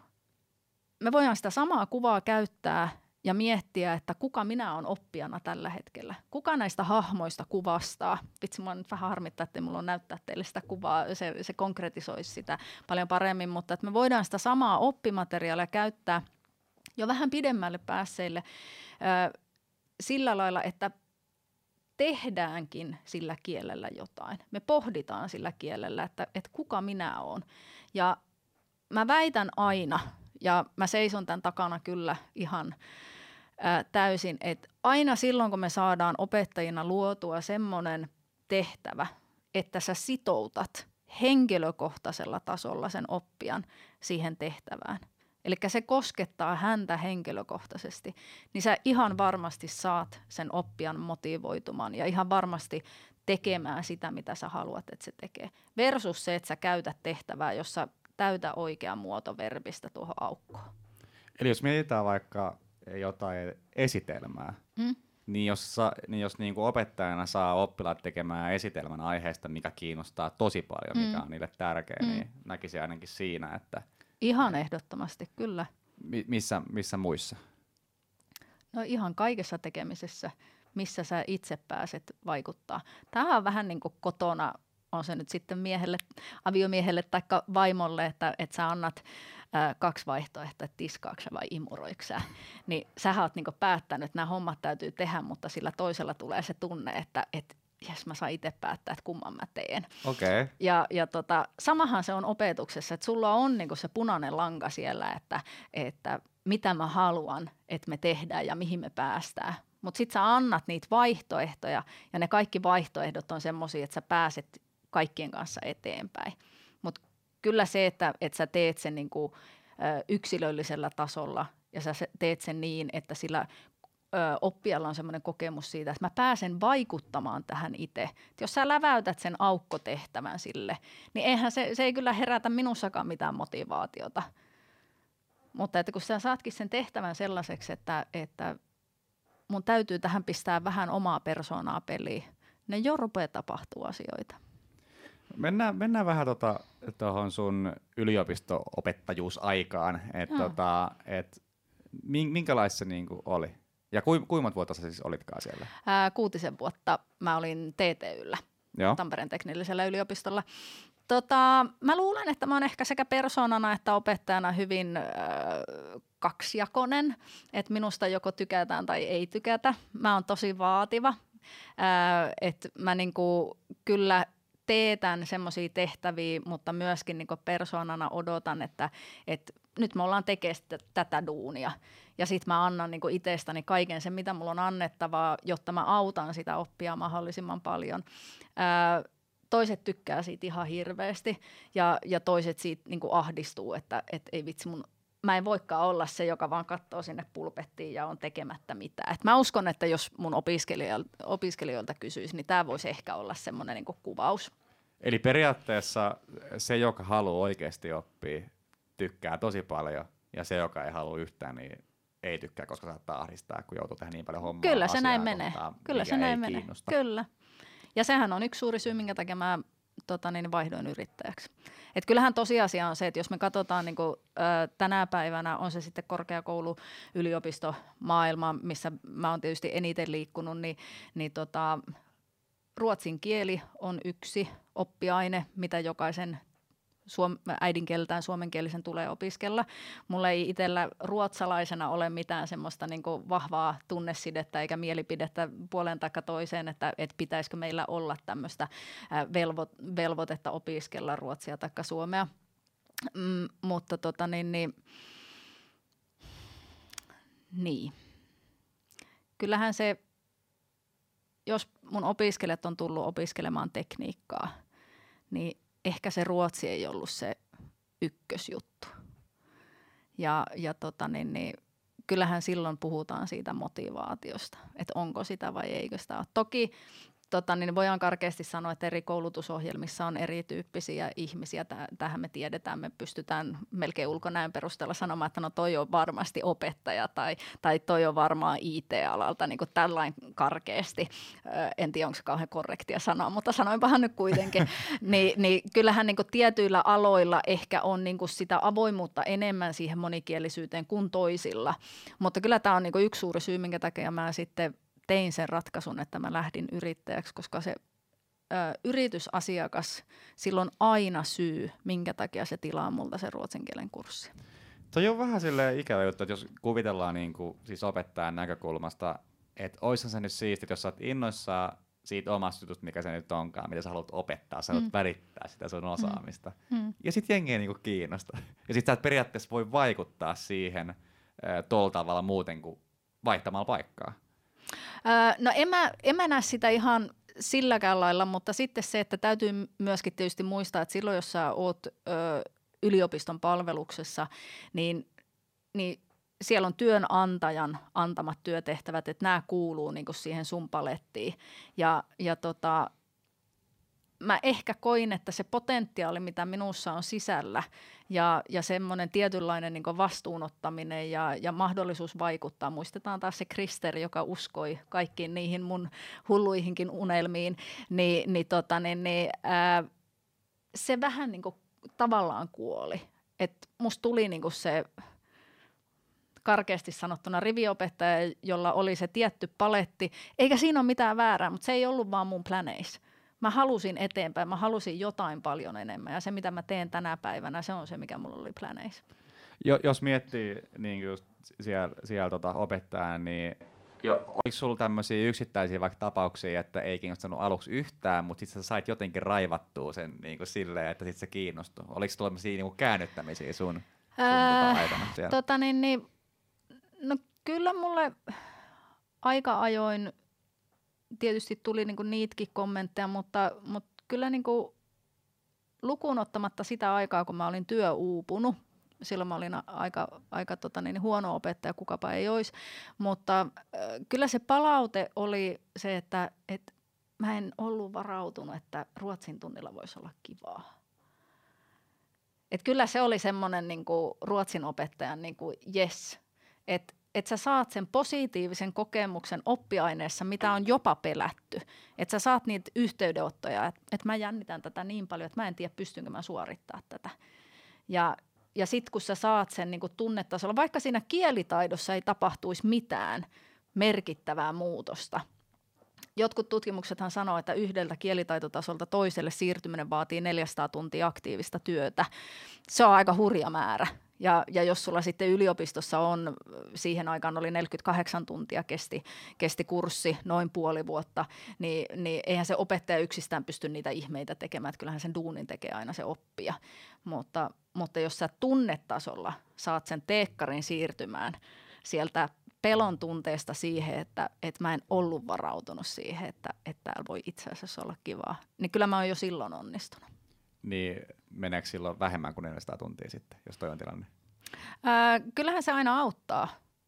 Me voidaan sitä samaa kuvaa käyttää ja miettiä, että kuka minä olen oppijana tällä hetkellä. Kuka näistä hahmoista kuvastaa? Vitsi, minua nyt vähän harmittaa, että mulla on näyttää teille sitä kuvaa. Se, se konkretisoisi sitä paljon paremmin, mutta että me voidaan sitä samaa oppimateriaalia käyttää jo vähän pidemmälle päässeille äh, sillä lailla, että tehdäänkin sillä kielellä jotain. Me pohditaan sillä kielellä, että, että kuka minä olen. Ja mä väitän aina, ja mä seison tämän takana kyllä ihan ää, täysin, että aina silloin, kun me saadaan opettajina luotua semmoinen tehtävä, että sä sitoutat henkilökohtaisella tasolla sen oppijan siihen tehtävään, eli se koskettaa häntä henkilökohtaisesti, niin sä ihan varmasti saat sen oppijan motivoitumaan ja ihan varmasti tekemään sitä, mitä sä haluat, että se tekee. Versus se, että sä käytät tehtävää, jossa täytä oikea muoto verbistä tuohon aukkoon. Eli jos mietitään vaikka jotain esitelmää, hmm? niin jos, sa, niin jos niin kuin opettajana saa oppilaat tekemään esitelmän aiheesta, mikä kiinnostaa tosi paljon, hmm. mikä on niille tärkeä, hmm. niin näkisi ainakin siinä, että ihan ehdottomasti, kyllä. Missä, missä muissa? No ihan kaikessa tekemisessä, missä sä itse pääset vaikuttaa. Tämä on vähän niin kuin kotona, on se nyt sitten miehelle, aviomiehelle tai vaimolle, että, että sä annat ää, kaksi vaihtoehtoa, että tiskaatko vai imuroiko sä. Niin sähän oot niin kuin päättänyt, että nämä hommat täytyy tehdä, mutta sillä toisella tulee se tunne, että, että jes, mä saan itse päättää, että kumman mä teen. Okay. Ja, ja tota, samahan se on opetuksessa, että sulla on niinku se punainen lanka siellä, että, että mitä mä haluan, että me tehdään ja mihin me päästään. mutta sitten sä annat niitä vaihtoehtoja ja ne kaikki vaihtoehdot on semmoisia, että sä pääset kaikkien kanssa eteenpäin. Mutta kyllä se, että, että sä teet sen niinku, ö, yksilöllisellä tasolla ja sä teet sen niin, että sillä ö, oppijalla on semmoinen kokemus siitä, että mä pääsen vaikuttamaan tähän itse. Et jos sä läväytät sen aukkotehtävän sille, niin eihän se, se ei kyllä herätä minussakaan mitään motivaatiota. Mutta että kun sä saatkin sen tehtävän sellaiseksi, että, että mun täytyy tähän pistää vähän omaa persoonaa peliin, niin jo rupeaa tapahtua asioita. Mennään, mennään vähän tuohon tota, sun yliopisto-opettajuusaikaan, että tota, et, minkälaista se niinku oli? Ja ku, kuinka monta vuotta sä siis olitkaan siellä? Ää, kuutisen vuotta mä olin T T Y:llä, Joo. Tampereen teknillisellä yliopistolla. Tota, mä luulen, että mä oon ehkä sekä persoonana että opettajana hyvin äh, kaksijakoinen, että minusta joko tykätään tai ei tykätä. Mä oon tosi vaativa, äh, että mä niinku kyllä teetän semmoisia tehtäviä, mutta myöskin niinku persoonana odotan, että et nyt me ollaan tekemään tätä duunia. Ja sit mä annan niinku itsestäni kaiken sen, mitä mulla on annettavaa, jotta mä autan sitä oppia mahdollisimman paljon. Äh, Toiset tykkää siitä ihan hirveästi ja, ja toiset siitä niin kuin ahdistuu, että et ei vitsi mun, mä en voikaan olla se, joka vaan katsoo sinne pulpettiin ja on tekemättä mitään. Et mä uskon, että jos mun opiskelijoilta, opiskelijoilta kysyisi, niin tämä voisi ehkä olla semmoinen niin kuin kuvaus. Eli periaatteessa se, joka haluaa oikeasti oppia, tykkää tosi paljon ja se, joka ei halua yhtään, niin ei tykkää, koska saattaa ahdistaa, kun joutuu tehdä niin paljon hommaa. Kyllä se näin menee. Kyllä se näin menee. Kyllä. Ja sehän on yksi suuri syy, minkä takia mä tota, niin vaihdoin yrittäjäksi. Et kyllähän tosiasia on se, että jos me katsotaan niin kuin, ö, tänä päivänä, on se sitten korkeakoulu, yliopisto, maailma, missä mä oon tietysti eniten liikkunut, niin, niin tota, ruotsin kieli on yksi oppiaine, mitä jokaisen Suom- äidinkieltään suomenkielisen tulee opiskella. Mulla ei itsellä ruotsalaisena ole mitään semmoista niin kuin vahvaa tunnesidettä eikä mielipidettä puoleen taikka toiseen, että, että pitäisikö meillä olla tämmöistä velvo- velvoitetta opiskella ruotsia taikka suomea. Mm, mutta tota niin, niin, niin. Kyllähän se, jos mun opiskelijat on tullut opiskelemaan tekniikkaa, niin ehkä se ruotsi ei ollut se ykkösjuttu. Ja, ja tota niin, niin, kyllähän silloin puhutaan siitä motivaatiosta, että onko sitä vai eikö sitä ole. Toki tota niin, voidaan karkeasti sanoa, että eri koulutusohjelmissa on erityyppisiä ihmisiä. Tähän me tiedetään, me pystytään melkein ulkonäön perusteella sanomaan, että no toi on varmasti opettaja tai, tai toi on varmaan I T-alalta, niin kuin tällainen karkeasti. En tiedä, onko se kauhean korrektia sanoa, mutta sanoinpahan nyt kuitenkin. Ni, niin kyllähän niin kuin tietyillä aloilla ehkä on niin kuin sitä avoimuutta enemmän siihen monikielisyyteen kuin toisilla. Mutta kyllä tämä on niin kuin yksi suuri syy, minkä takia mä sitten tein sen ratkaisun, että mä lähdin yrittäjäksi, koska se ö, yritysasiakas, sillä on aina syy, minkä takia se tilaa multa sen ruotsin kielen kurssi. Toi on vähän silleen ikävä juttu, että jos kuvitellaan niin kuin, siis opettajan näkökulmasta, että oishan se nyt siistiä, jos sä oot innoissaan siitä omasta jutusta, mikä se nyt onkaan, mitä sä haluat opettaa, sä haluat mm. värittää sitä sun osaamista. Mm. Ja sit jengi ei niinku kiinnosta. Ja sit sä et periaatteessa voi vaikuttaa siihen äh, tuolla tavalla muuten kuin vaihtamalla paikkaa. Öö, no en mä, en mä näe sitä ihan silläkään lailla, mutta sitten se, että täytyy myöskin tietysti muistaa, että silloin jos sä oot ö, yliopiston palveluksessa, niin, niin siellä on työnantajan antamat työtehtävät, että nämä kuuluu niin kuin siihen sun palettiin. Ja, ja tota, mä ehkä koin, että se potentiaali, mitä minussa on sisällä ja, ja semmoinen tietynlainen niin kuin vastuunottaminen ja, ja mahdollisuus vaikuttaa. Muistetaan taas se Krister, joka uskoi kaikkiin niihin mun hulluihinkin unelmiin, niin, niin, tota, niin, niin ää, se vähän niin kuin tavallaan kuoli. Et musta tuli niin kuin se karkeasti sanottuna riviopettaja, jolla oli se tietty paletti, eikä siinä ole mitään väärää, mutta se ei ollut vaan mun planeissa. Mä halusin eteenpäin, mä halusin jotain paljon enemmän ja se, mitä mä teen tänä päivänä, se on se, mikä mulla oli planeissa. Jo, jos miettii niin just siellä, siellä tota opettajan, niin jo, oliko sulla tämmöisiä yksittäisiä vaikka tapauksia, että ei kiinnostanut aluksi yhtään, mutta sitten sä sait jotenkin raivattua sen niin kuin silleen, että sitten se kiinnostui? Oliko tämmöisiä niin kuin käännyttämisiä sun, sun Ää, tota aikana siellä? Tota niin, niin, no kyllä mulle aika ajoin tietysti tuli niinku niitäkin kommentteja, mutta, mutta kyllä niinku lukuun ottamatta sitä aikaa, kun mä olin työuupunut, silloin mä olin aika, aika tota niin, huono opettaja, kukapa ei olisi, mutta äh, kyllä se palaute oli se, että et mä en ollut varautunut, että ruotsin tunnilla voisi olla kivaa. Et kyllä se oli semmoinen niinku ruotsin opettajan niinku yes, että et sä saat sen positiivisen kokemuksen oppiaineessa, mitä on jopa pelätty. Että sä saat niitä yhteydenottoja, että et mä jännitän tätä niin paljon, että mä en tiedä, pystynkö mä suorittamaan tätä. Ja, ja sitten kun sä saat sen niinku tunnetasolla, vaikka siinä kielitaidossa ei tapahtuisi mitään merkittävää muutosta. Jotkut tutkimuksethan sanoo, että yhdeltä kielitaitotasolta toiselle siirtyminen vaatii neljäsataa tuntia aktiivista työtä. Se on aika hurja määrä. Ja, ja jos sulla sitten yliopistossa on, siihen aikaan oli neljäkymmentäkahdeksan tuntia kesti, kesti kurssi, noin puoli vuotta, niin, niin eihän se opettaja yksistään pysty niitä ihmeitä tekemään, että kyllähän sen duunin tekee aina se oppija. Mutta, mutta jos sä tunnetasolla saat sen teekkarin siirtymään sieltä pelon tunteesta siihen, että, että mä en ollut varautunut siihen, että, että täällä voi itse asiassa olla kivaa, niin kyllä mä oon jo silloin onnistunut. Niin meneekö silloin vähemmän kuin neljäsataa tuntia sitten, jos toi on tilanne? Ää, kyllähän se aina auttaa.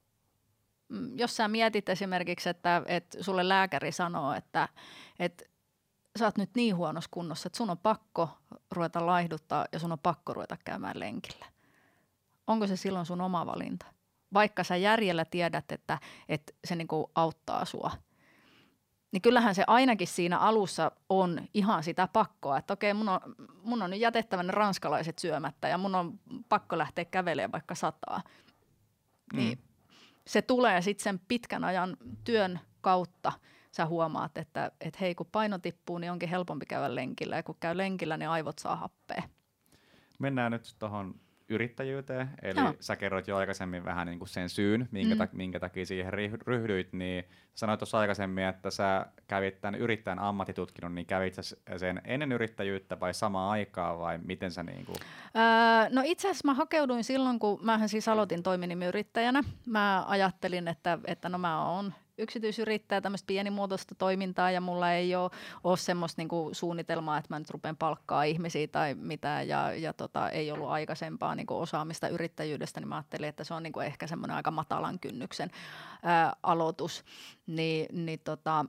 Jos sä mietit esimerkiksi, että, että sulle lääkäri sanoo, että, että sä oot nyt niin huonossa kunnossa, että sun on pakko ruveta laihduttaa ja sun on pakko ruveta käymään lenkillä. Onko se silloin sun oma valinta? Vaikka sä järjellä tiedät, että, että se niinku auttaa sua. Niin kyllähän se ainakin siinä alussa on ihan sitä pakkoa, että okei, mun on, mun on nyt jätettävä ne ranskalaiset syömättä ja mun on pakko lähteä kävelemään vaikka sataa. Mm. Niin se tulee sitten sen pitkän ajan työn kautta. Sä huomaat, että et hei, kun paino tippuu, niin onkin helpompi käydä lenkillä ja kun käy lenkillä, niin aivot saa happea. Mennään nyt tuohon yrittäjyyteen, eli no. sä kerroit jo aikaisemmin vähän niin kuin sen syyn, minkä, mm. ta- minkä takia siihen ryhdyit, niin sanoit tuossa aikaisemmin, että sä kävit tämän yrittäjän ammattitutkinnon, niin kävit sä sen ennen yrittäjyyttä vai samaan aikaan vai miten sä niin kuin? Öö, no itse asiassa mä hakeuduin silloin, kun mähän siis aloitin toiminimiyrittäjänä. Mä ajattelin, että, että no mä oon yksityisyrittäjä, tämmöistä pienimuotoista toimintaa ja mulla ei ole, ole semmoista niinku suunnitelmaa, että mä nyt rupean palkkaa ihmisiä tai mitään ja, ja tota, ei ollut aikaisempaa niinku osaamista yrittäjyydestä, niin mä ajattelin, että se on niinku ehkä semmoinen aika matalan kynnyksen ää, aloitus. Ni, niin tota,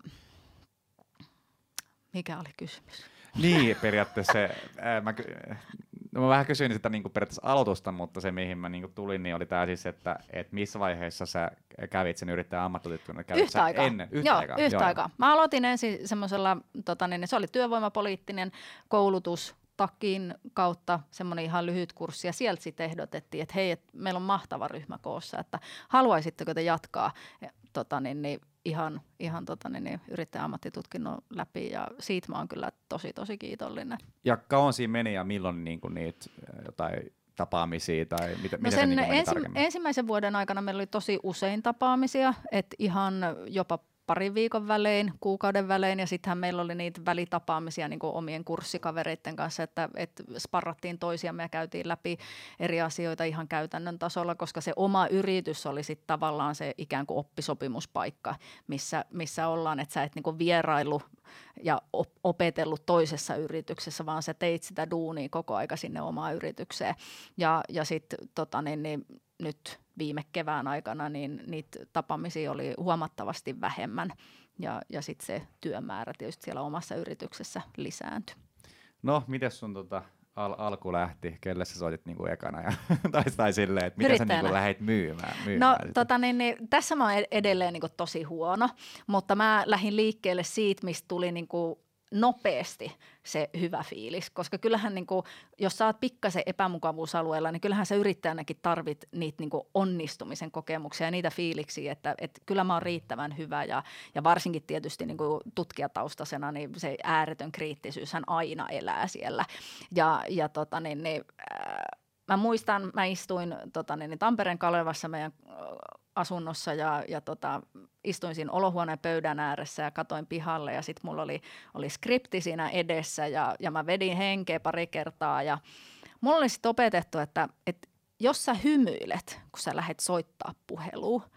mikä oli kysymys? Niin, periaatteessa se, ää, mä, no mä vähän kysyin sitä niin kuin periaatteessa aloitusta, mutta se mihin mä niin kuin tulin, niin oli tämä siis, että et missä vaiheessa sä kävit sen yrittäjän ammattitutkinnon? Yhtä aikaa. Ennen? Yhtä Joo, aikaa. yhtä Joo. aikaa. Mä aloitin ensin semmoisella, tota, niin se oli työvoimapoliittinen koulutus, takin kautta semmoinen ihan lyhyt kurssi ja sieltä sitten ehdotettiin, että hei, et meillä on mahtava ryhmä koossa, että haluaisitteko te jatkaa ja, tota, niin, niin, ihan, ihan tota, niin, niin, yrittäjän ammattitutkinnon läpi ja siitä mä oon kyllä tosi tosi kiitollinen. Ja kauan siinä meni ja milloin niin kuin niitä jotain tapaamisia tai mitä, no mitä sen se niin ensi, ensimmäisen vuoden aikana meillä oli tosi usein tapaamisia, että ihan jopa parin viikon välein, kuukauden välein ja sittenhän meillä oli niitä välitapaamisia niin kuin omien kurssikavereiden kanssa, että, että sparrattiin toisiamme ja käytiin läpi eri asioita ihan käytännön tasolla, koska se oma yritys oli sitten tavallaan se ikään kuin oppisopimuspaikka, missä, missä ollaan, että sä et niin kuin vierailu ja opetellut toisessa yrityksessä, vaan sä teit sitä duunia koko aika sinne omaan yritykseen ja, ja sitten tota niin, niin nyt viime kevään aikana niin niitä tapaamisia oli huomattavasti vähemmän ja, ja sitten se työmäärä tietysti siellä omassa yrityksessä lisääntyi. No, miten sun tota al- alku lähti? Kelle sä soitit niinku ekana? Ja, tai, tai silleen, että miten sä niinku lähdit myymään? myymään no tota, niin, niin, tässä mä oon edelleen niinku tosi huono, mutta mä lähdin liikkeelle siitä, mistä tuli niinku nopeasti se hyvä fiilis, koska kyllähän niin kuin, jos sä oot pikkasen epämukavuusalueella, niin kyllähän sä yrittäjänäkin tarvit niitä niin kuin onnistumisen kokemuksia ja niitä fiiliksiä, että, että kyllä mä oon riittävän hyvä ja, ja varsinkin tietysti niin kuin tutkijataustaisena, niin se ääretön kriittisyyshän aina elää siellä ja, ja tota niin, niin äh, mä muistan, mä istuin tota, niin, Tampereen Kalevassa meidän asunnossa ja, ja tota, istuin siinä olohuoneen pöydän ääressä ja katoin pihalle ja sitten mulla oli, oli skripti siinä edessä ja, ja mä vedin henkeä pari kertaa ja mulla oli sitten opetettu, että, että jos sä hymyilet, kun sä lähdet soittaa puhelua,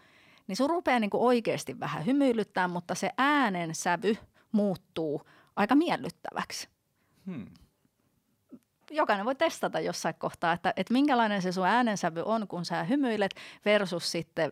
niin sun rupeaa niin kuin oikeasti vähän hymyilyttää, mutta se äänen sävy muuttuu aika miellyttäväksi. Hmm. Jokainen voi testata jossain kohtaa, että, että minkälainen se sun äänensävy on, kun sä hymyilet versus sitten,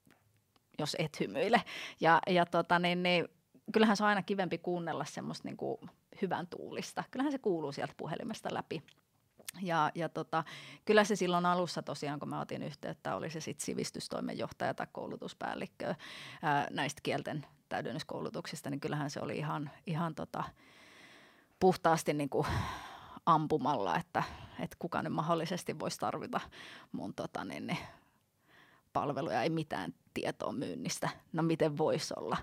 jos et hymyile. Ja, ja tota, niin, niin, kyllähän se on aina kivempi kuunnella semmoista niin kuin hyvän tuulista. Kyllähän se kuuluu sieltä puhelimesta läpi. Ja, ja tota, kyllä se silloin alussa tosiaan, kun mä otin yhteyttä, oli se sitten sivistystoimenjohtaja tai koulutuspäällikkö ää, näistä kielten täydennyskoulutuksista, niin kyllähän se oli ihan, ihan tota, puhtaasti niin kuin ampumalla, että, että kuka nyt mahdollisesti voisi tarvita mun tota, niin, niin, palveluja, ei mitään tietoa myynnistä. No miten voisi olla?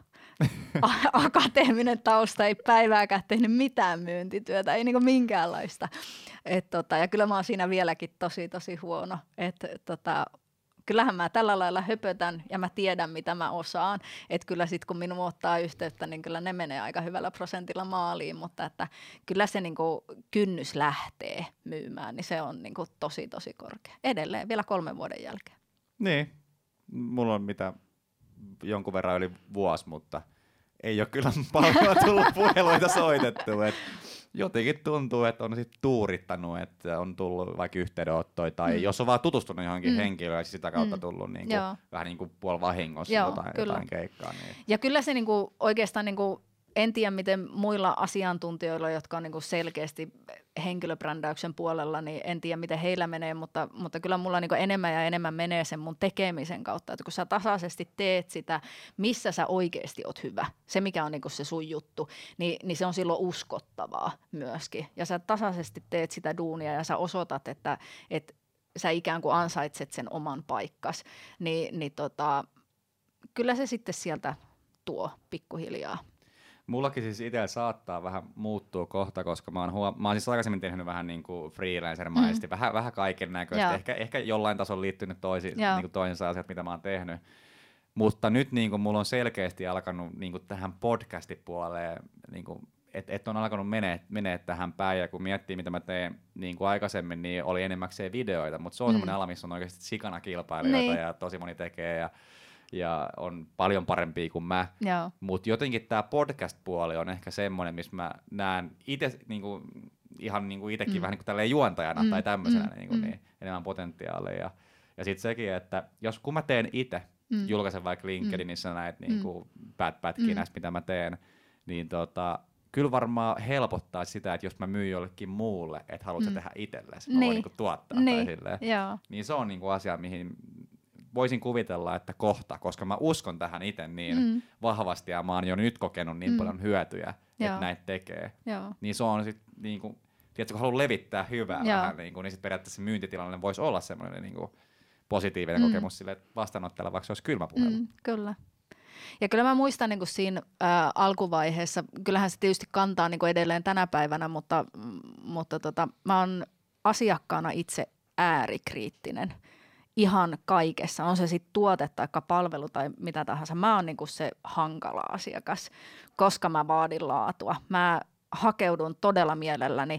Akateeminen tausta, ei päivääkään tehnyt mitään myyntityötä, ei niinku minkäänlaista. Et tota, ja kyllä mä oon siinä vieläkin tosi tosi huono. Et tota, kyllähän mä tällä lailla höpötän ja mä tiedän mitä mä osaan. Et kyllä sit kun minun ottaa yhteyttä, niin kyllä ne menee aika hyvällä prosentilla maaliin, mutta että kyllä se niinku kynnys lähtee myymään, niin se on niinku tosi tosi korkea. Edelleen vielä kolmen vuoden jälkeen. Niin. Mulla on mitä jonkun verran yli vuosi, mutta ei ole kyllä paljon tullut puheluita soitettu. Et jotenkin tuntuu, että on sit tuurittanut, että on tullut vaikka yhteydenottoja tai mm. jos on vaan tutustunut johonkin mm. henkilöön ja sitä kautta mm. tullut niinku, vähän niin kuin puolivahingossa jotain, jotain keikkaa. Niin. Ja kyllä se niinku, oikeastaan, niinku, en tiedä miten muilla asiantuntijoilla, jotka on niinku selkeästi henkilöbrändäyksen puolella, niin en tiedä miten heillä menee, mutta, mutta kyllä mulla niinku enemmän ja enemmän menee sen mun tekemisen kautta, että kun sä tasaisesti teet sitä, missä sä oikeasti oot hyvä, se mikä on niinku se sun juttu, niin, niin se on silloin uskottavaa myöskin. Ja sä tasaisesti teet sitä duunia ja sä osoitat, että, että sä ikään kuin ansaitset sen oman paikkas, niin, niin tota, kyllä se sitten sieltä tuo pikkuhiljaa. Mullakin siis itsellä saattaa vähän muuttua kohta, koska mä oon, huom- mä oon siis aikaisemmin tehnyt vähän niin kuin freelancer-maisesti, mm. vähän, vähän kaiken näköistä, ehkä, ehkä jollain tasolla liittynyt toisi, niin kuin toisensa asiat, mitä mä oon tehnyt. Mutta nyt niin kuin mulla on selkeästi alkanut niin kuin tähän podcast-puoleen, niin kuin, että et on alkanut menee, menee tähän päin, ja kun miettii, mitä mä teen niin kuin aikaisemmin, niin oli enemmäkseen videoita, mutta se on mm. semmoinen ala, missä on oikeasti sikana kilpailijoita, niin. ja tosi moni tekee, ja ja on paljon parempia kuin mä, mutta jotenkin tämä podcast-puoli on ehkä semmoinen, missä mä näen itse niinku, ihan niinku itsekin mm. vähän niin kuin juontajana mm. tai tämmöisenä mm. niinku, niin, enemmän potentiaalia. Ja, ja sitten sekin, että jos kun mä teen itse, mm. julkaisen vaikka LinkedInissä mm. näitä niinku, pät, pätkiä mm. näistä, mitä mä teen, niin tota, kyllä varmaan helpottaa sitä, että jos mä myyn jollekin muulle, että haluat mm. tehdä itsellesi, mä niin. voin niinku, tuottaa niin. tai silleen, niin se on niinku asia, mihin voisin kuvitella, että kohta, koska mä uskon tähän itse niin mm. vahvasti ja mä oon jo nyt kokenut niin mm. paljon hyötyjä, Joo. että näitä tekee. Joo. Niin se on sitten, niin kuin, tiedätkö, kun haluaa levittää hyvää Joo. vähän, niin, kuin, niin sitten periaatteessa myyntitilanne voisi olla semmoinen niin kuin positiivinen mm. kokemus sille vastaanottajalla, vaikka se olisi kylmä puhelu. Mm, kyllä. Ja kyllä mä muistan niin kuin siinä ä, alkuvaiheessa, kyllähän se tietysti kantaa niin kuin edelleen tänä päivänä, mutta, mutta tota, mä oon asiakkaana itse äärikriittinen. Ihan kaikessa, on se sitten tuote tai palvelu tai mitä tahansa. Mä oon niinku se hankala asiakas, koska mä vaadin laatua. Mä hakeudun todella mielelläni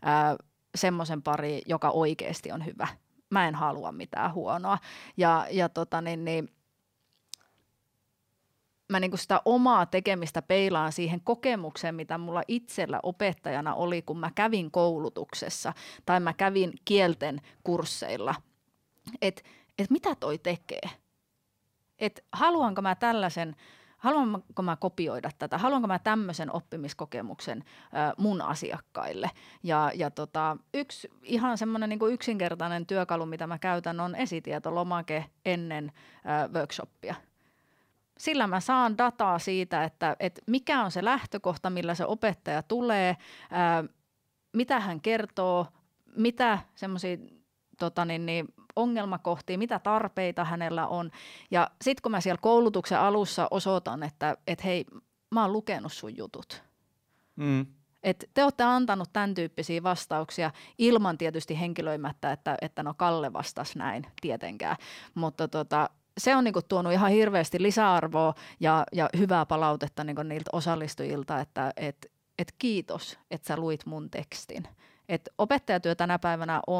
semmoisen pariin, joka oikeasti on hyvä. Mä en halua mitään huonoa. Ja, ja tota niin, niin, mä niinku sitä omaa tekemistä peilaan siihen kokemukseen, mitä mulla itsellä opettajana oli, kun mä kävin koulutuksessa tai mä kävin kielten kursseilla. Että et mitä toi tekee? Että haluanko mä tällaisen, haluanko mä kopioida tätä, haluanko mä tämmöisen oppimiskokemuksen ä, mun asiakkaille. Ja, ja tota, yksi ihan semmoinen niinku yksinkertainen työkalu, mitä mä käytän, on esitietolomake ennen ä, workshoppia. Sillä mä saan dataa siitä, että et mikä on se lähtökohta, millä se opettaja tulee, ä, mitä hän kertoo, mitä semmoisia tota niin, niin, ongelmakohtia, mitä tarpeita hänellä on. Ja sitten kun mä siellä koulutuksen alussa osoitan, että et hei, mä oon lukenut sun jutut. Mm. Et te olette antanut tämän tyyppisiä vastauksia ilman tietysti henkilöimättä, että, että no Kalle vastasi näin tietenkään. Mutta tota, se on niinku tuonut ihan hirveästi lisäarvoa ja, ja hyvää palautetta niinku niiltä osallistujilta, että et, et kiitos, että sä luit mun tekstin. Et opettajatyö tänä päivänä on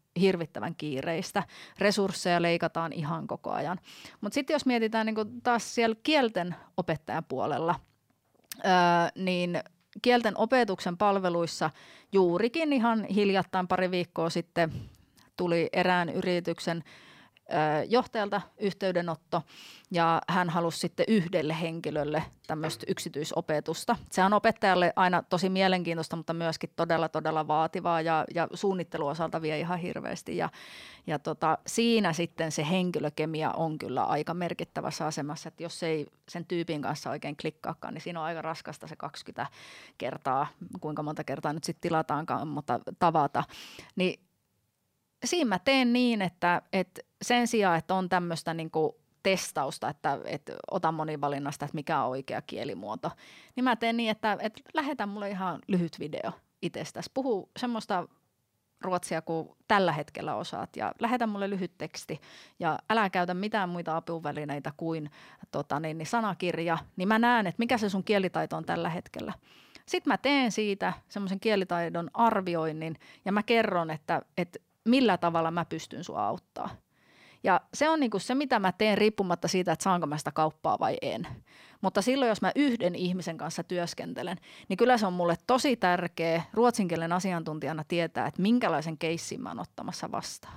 hirvittävän kiireistä. Resursseja leikataan ihan koko ajan. Mutta sitten jos mietitään niin kuin taas siellä kielten opettajan puolella, öö, niin kielten opetuksen palveluissa juurikin ihan hiljattain pari viikkoa sitten tuli erään yrityksen johtajalta yhteydenotto ja hän halusi sitten yhdelle henkilölle tämmöistä yksityisopetusta. Se on opettajalle aina tosi mielenkiintoista, mutta myöskin todella todella vaativaa ja, ja suunnitteluosalta vie ihan hirveästi ja, ja tota, siinä sitten se henkilökemia on kyllä aika merkittävässä asemassa, että jos ei sen tyypin kanssa oikein klikkaakaan, niin siinä on aika raskasta se kaksikymmentä kertaa, kuinka monta kertaa nyt sitten tilataankaan, mutta tavata, niin siinä mä teen niin, että, että sen sijaan, että on tämmöistä niin kuin testausta, että, että ota monivalinnasta, että mikä on oikea kielimuoto, niin mä teen niin, että, että lähetän mulle ihan lyhyt video itsestäsi. Puhu semmoista ruotsia kuin tällä hetkellä osaat ja lähetä mulle lyhyt teksti ja älä käytä mitään muita apuvälineitä kuin tota, niin, niin sanakirja, niin mä näen, että mikä se sun kielitaito on tällä hetkellä. Sitten mä teen siitä semmoisen kielitaidon arvioinnin ja mä kerron, että, että millä tavalla mä pystyn sua auttaa. Ja se on niinku se, mitä mä teen riippumatta siitä, että saanko mä sitä kauppaa vai en. Mutta silloin, jos mä yhden ihmisen kanssa työskentelen, niin kyllä se on mulle tosi tärkeä ruotsinkielen asiantuntijana tietää, että minkälaisen keissin mä oon ottamassa vastaan.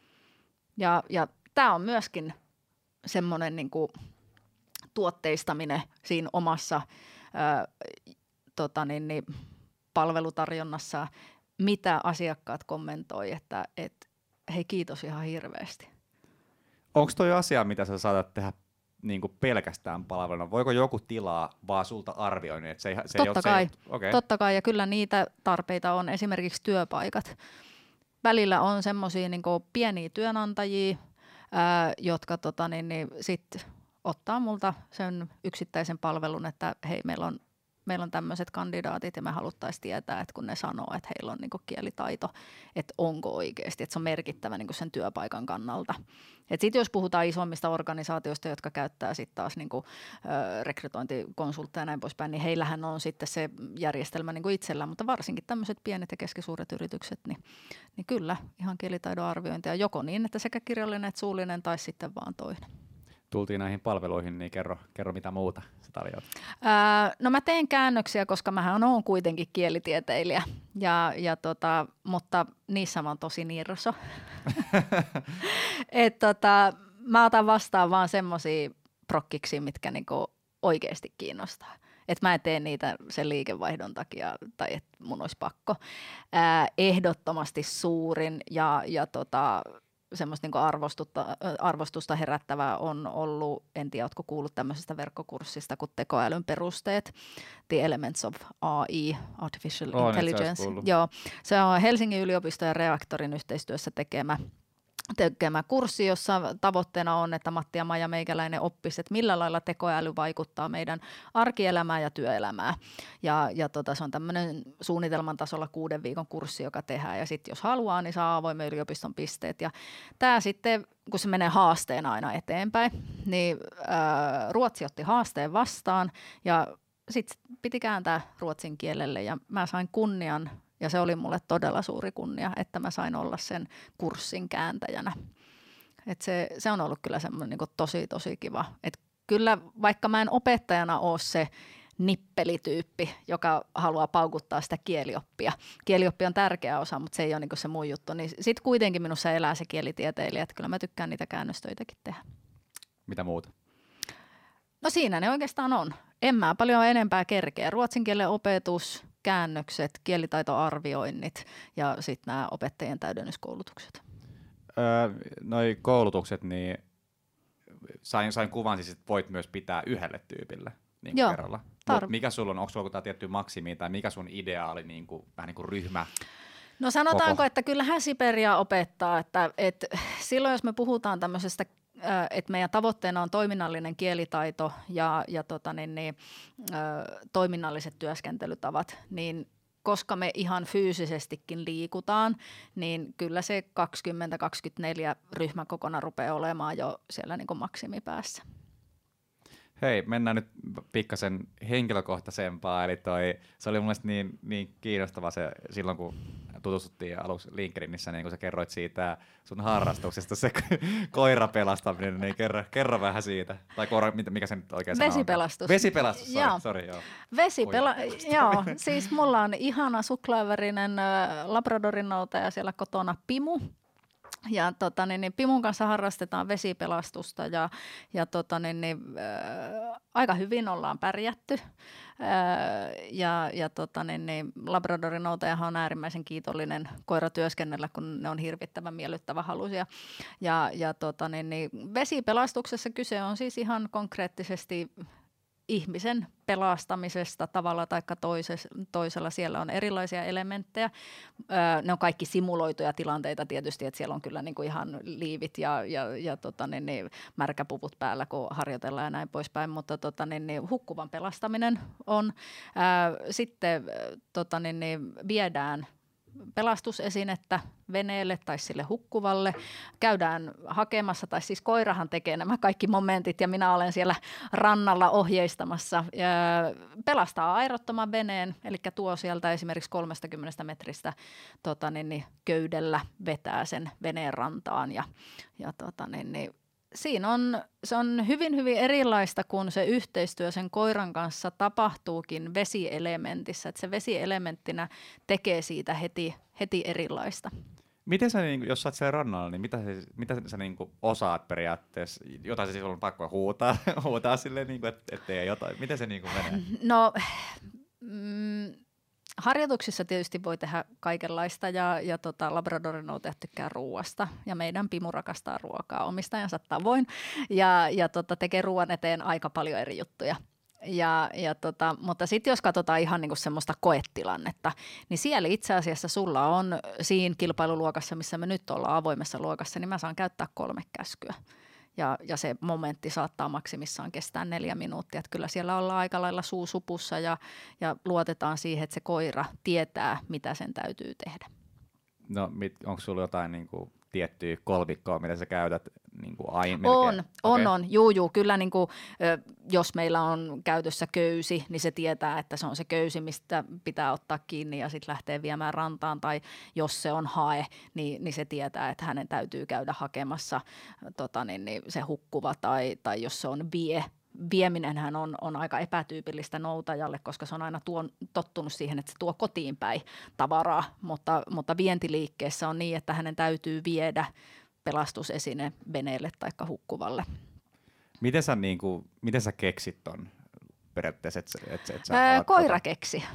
Ja, ja tämä on myöskin semmoinen niinku tuotteistaminen siinä omassa ää, tota niin, niin, palvelutarjonnassa, mitä asiakkaat kommentoi, että et, hei kiitos ihan hirveästi. Onko toi asia, mitä sä saatat tehdä niin kuin pelkästään palveluna? Voiko joku tilaa vaan sulta arvioinnin? Että se ei, se totta, ei kai, se ei, okay. totta kai, ja kyllä niitä tarpeita on esimerkiksi työpaikat. Välillä on semmoisia niin kuin pieniä työnantajia, ää, jotka tota, niin, niin, sit ottaa multa sen yksittäisen palvelun, että hei, meillä on meillä on tämmöiset kandidaatit ja me haluttaisiin tietää, että kun ne sanoo, että heillä on niinku kielitaito, että onko oikeasti, että se on merkittävä niinku sen työpaikan kannalta. Sitten jos puhutaan isommista organisaatioista, jotka käyttää sitten taas niinku, ö, rekrytointikonsultteja ja näin poispäin, niin heillähän on sitten se järjestelmä niinku itsellään, mutta varsinkin tämmöiset pienet ja keskisuuret yritykset, niin, niin kyllä ihan kielitaidon arviointia joko niin, että sekä kirjallinen että suullinen tai sitten vaan toinen. Tultiin näihin palveluihin, niin kerro, kerro mitä muuta sä tarjoat. Öö, no mä teen käännöksiä, koska mähän oon kuitenkin kielitieteilijä, ja, ja tota, mutta niissä mä oon tosi nirso. Et tota, mä otan vastaan vaan semmosia prokkiksi, mitkä niinku oikeasti kiinnostaa. Että mä en tee niitä sen liikevaihdon takia tai että mun olisi pakko. Ää, ehdottomasti suurin ja, ja tota, semmoista niin arvostusta, arvostusta herättävää on ollut, en tiedä, oletko kuullut tämmöisestä verkkokurssista kuin tekoälyn perusteet, The Elements of A I, Artificial oh, Intelligence. Joo, se on Helsingin yliopiston ja Reaktorin yhteistyössä tekemä tekemä kurssi, jossa tavoitteena on, että Matti ja Maija meikäläinen oppisi, että millä lailla tekoäly vaikuttaa meidän arkielämään ja työelämään. Ja, ja tota, se on tämmöinen suunnitelman tasolla kuuden viikon kurssi, joka tehdään. Ja sitten jos haluaa, niin saa avoimen yliopiston pisteet. Ja tämä sitten, kun se menee haasteena aina eteenpäin, niin ää, Ruotsi otti haasteen vastaan ja sitten piti kääntää ruotsin kielelle. Ja mä sain kunnian. Ja se oli mulle todella suuri kunnia, että mä sain olla sen kurssin kääntäjänä. Et se, se on ollut kyllä semmoinen niin kuin tosi, tosi kiva. Et kyllä vaikka mä en opettajana ole se nippelityyppi, joka haluaa paukuttaa sitä kielioppia. Kielioppi on tärkeä osa, mutta se ei ole niin kuin se mun juttu. Niin sitten kuitenkin minussa elää se kielitieteilijä, että kyllä mä tykkään niitä käännöstöitäkin tehdä. Mitä muuta? No siinä ne oikeastaan on. En mä paljon enempää kerkeä. Ruotsin kielen opetus, käännökset, kielitaitoarvioinnit ja sitten nämä opettajien täydennyskoulutukset. Öö, noi koulutukset, niin sain, sain kuvan siis, että voit myös pitää yhdelle tyypille niin Joo, kerralla. tar- Mut mikä sulla on, onko sulla jotain tiettyä maksimia tai mikä sun ideaali, niin kuin, vähän niin kuin ryhmä? No sanotaanko, koko? että kyllähän Siperia opettaa, että, että silloin jos me puhutaan tämmöisestä, että meidän tavoitteena on toiminnallinen kielitaito ja, ja tota niin, niin, toiminnalliset työskentelytavat, niin koska me ihan fyysisestikin liikutaan, niin kyllä se kaksikymmentä kaksikymmentäneljä ryhmäkokona rupeaa olemaan jo siellä niin kuin maksimipäässä. Hei, mennään nyt pikkasen henkilökohtaisempaa, eli toi, se oli mun mielestä niin, niin kiinnostava se silloin, kun tutustuttiin aluksi LinkedInissä, niin kun sä kerroit siitä sun harrastuksesta, se koirapelastaminen, niin kerro, kerro vähän siitä. Tai koira, mikä se nyt oikein sanoo? Vesipelastus. Vesipelastus, sorry, joo. sorry, joo. Vesipela- joo, siis mulla on ihana suklaavärinen äh, labradorinoutaja siellä kotona Pimu. Ja tota, niin, niin Pimun kanssa harrastetaan vesipelastusta ja, ja tota, niin, niin, äh, aika hyvin ollaan pärjätty. Äh, ja ja tota, niin, niin, labradorinoutajahan on äärimmäisen kiitollinen koira työskennellä, kun ne on hirvittävän miellyttävä halusia. Ja, ja tota, niin, niin, vesipelastuksessa kyse on siis ihan konkreettisesti ihmisen pelastamisesta tavalla tai toisella. Siellä on erilaisia elementtejä. Öö, ne on kaikki simuloituja tilanteita tietysti, että siellä on kyllä niinku ihan liivit ja, ja, ja tota, niin, niin, märkäpuvut päällä, kun harjoitellaan ja näin poispäin. Mutta tota, niin, niin, hukkuvan pelastaminen on. Öö, sitten tota, niin, niin, viedään pelastusesinettä veneelle tai sille hukkuvalle. Käydään hakemassa, tai siis koirahan tekee nämä kaikki momentit ja minä olen siellä rannalla ohjeistamassa. Ja pelastaa airottoman veneen, eli tuo sieltä esimerkiksi kolmekymmentä metristä tota, niin, niin, köydellä vetää sen veneen rantaan ja, ja tota, niin, niin, siinä on, se on hyvin, hyvin erilaista, kun se yhteistyö sen koiran kanssa tapahtuukin vesielementissä. Että se vesielementtinä tekee siitä heti, heti erilaista. Miten sä, jos sä oot siellä rannalla, niin mitä, sä, mitä sä niin osaat periaatteessa? Jotain se siis on pakko huutaa, huutaa silleen, niin että et tee jotain. Miten se niin menee? No... Mm, harjoituksissa tietysti voi tehdä kaikenlaista ja, ja tota, labradorinoutejat tykkää ruuasta ja meidän Pimu rakastaa ruokaa omistajansa tavoin ja, ja tota, tekee ruoan eteen aika paljon eri juttuja. Ja, ja tota, mutta sitten jos katsotaan ihan niinku semmoista koetilannetta, niin siellä itse asiassa sulla on siinä kilpailuluokassa, missä me nyt ollaan avoimessa luokassa, niin mä saan käyttää kolme käskyä. Ja, ja se momentti saattaa maksimissaan kestää neljä minuuttia. Että kyllä siellä ollaan aika lailla suu supussa ja, ja luotetaan siihen, että se koira tietää, mitä sen täytyy tehdä. No onko sulla jotain niin kuin tiettyä kolmikkoa, mitä sä käytät niin kuin aina? On, okay. on, on. Juu, juu. Kyllä niin kuin, jos meillä on käytössä köysi, niin se tietää, että se on se köysi, mistä pitää ottaa kiinni ja sitten lähtee viemään rantaan. Tai jos se on hae, niin, niin se tietää, että hänen täytyy käydä hakemassa tota, niin, niin se hukkuva. Tai, tai jos se on vie, vieminenhän on, on aika epätyypillistä noutajalle, koska se on aina tuon, tottunut siihen, että se tuo kotiin päin tavaraa. Mutta, mutta vientiliikkeessä on niin, että hänen täytyy viedä pelastusesine veneelle tai hukkuvalle. Miten sä, niin kuin, miten sä keksit ton periaatteessa? Et, et, et öö, koira keksi.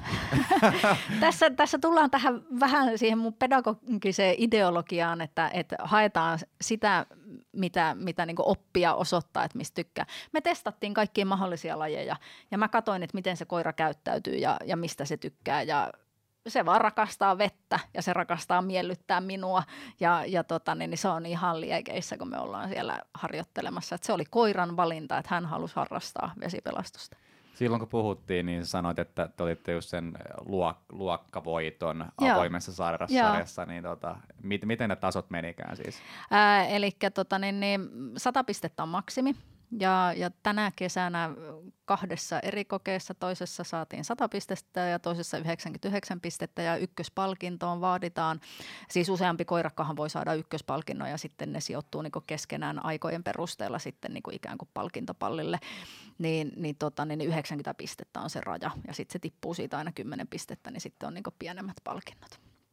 tässä, tässä tullaan tähän vähän siihen mun pedagogiseen ideologiaan, että, että haetaan sitä, mitä, mitä niin kuin oppia osoittaa, että mistä tykkää. Me testattiin kaikkia mahdollisia lajeja ja mä katsoin, että miten se koira käyttäytyy ja, ja mistä se tykkää ja se vaan rakastaa vettä ja se rakastaa miellyttää minua ja, ja tota, niin se on ihan liekeissä, kun me ollaan siellä harjoittelemassa. Et se oli koiran valinta, että hän halusi harrastaa vesipelastusta. Silloin kun puhuttiin, niin sanoit, että te olitte just sen luok- luokkavoiton Joo. avoimessa sarjassa, niin tota, mit, miten ne tasot menikään siis? Ää, eli tota, niin, niin, sata pistettä on maksimi. Ja, ja tänä kesänä kahdessa eri kokeessa, toisessa saatiin sata pistettä ja toisessa yhdeksänkymmentäyhdeksän pistettä ja ykköspalkintoon vaaditaan. Siis useampi koirakkahan voi saada ykköspalkinnon ja sitten ne sijoittuu niin kuin keskenään aikojen perusteella sitten niin kuin ikään kuin palkintopallille. Niin, niin, tota, niin yhdeksänkymmentä pistettä on se raja ja sitten se tippuu siitä aina kymmenen pistettä, niin sitten on niin kuin pienemmät palkinnot.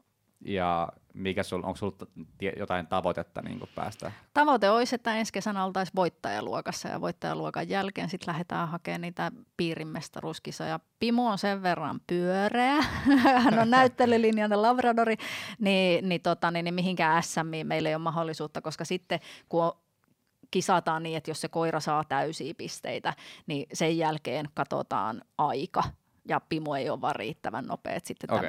Ja mikä sul, onko sinulla jotain tavoitetta niin päästä? Tavoite olisi, että ensi kesänä oltaisiin voittajaluokassa ja voittajaluokan jälkeen sitten lähdetään hakemaan niitä piirimestaruuskisoja. Pimu on sen verran pyöreä, hän on näyttelylinjainen labradori, niin, niin, tota, niin, niin mihinkään S M:iin meillä ei ole mahdollisuutta, koska sitten kun kisataan niin, että jos se koira saa täysiä pisteitä, niin sen jälkeen katsotaan aika ja Pimu ei ole vaan riittävän nopea. Sitten okay.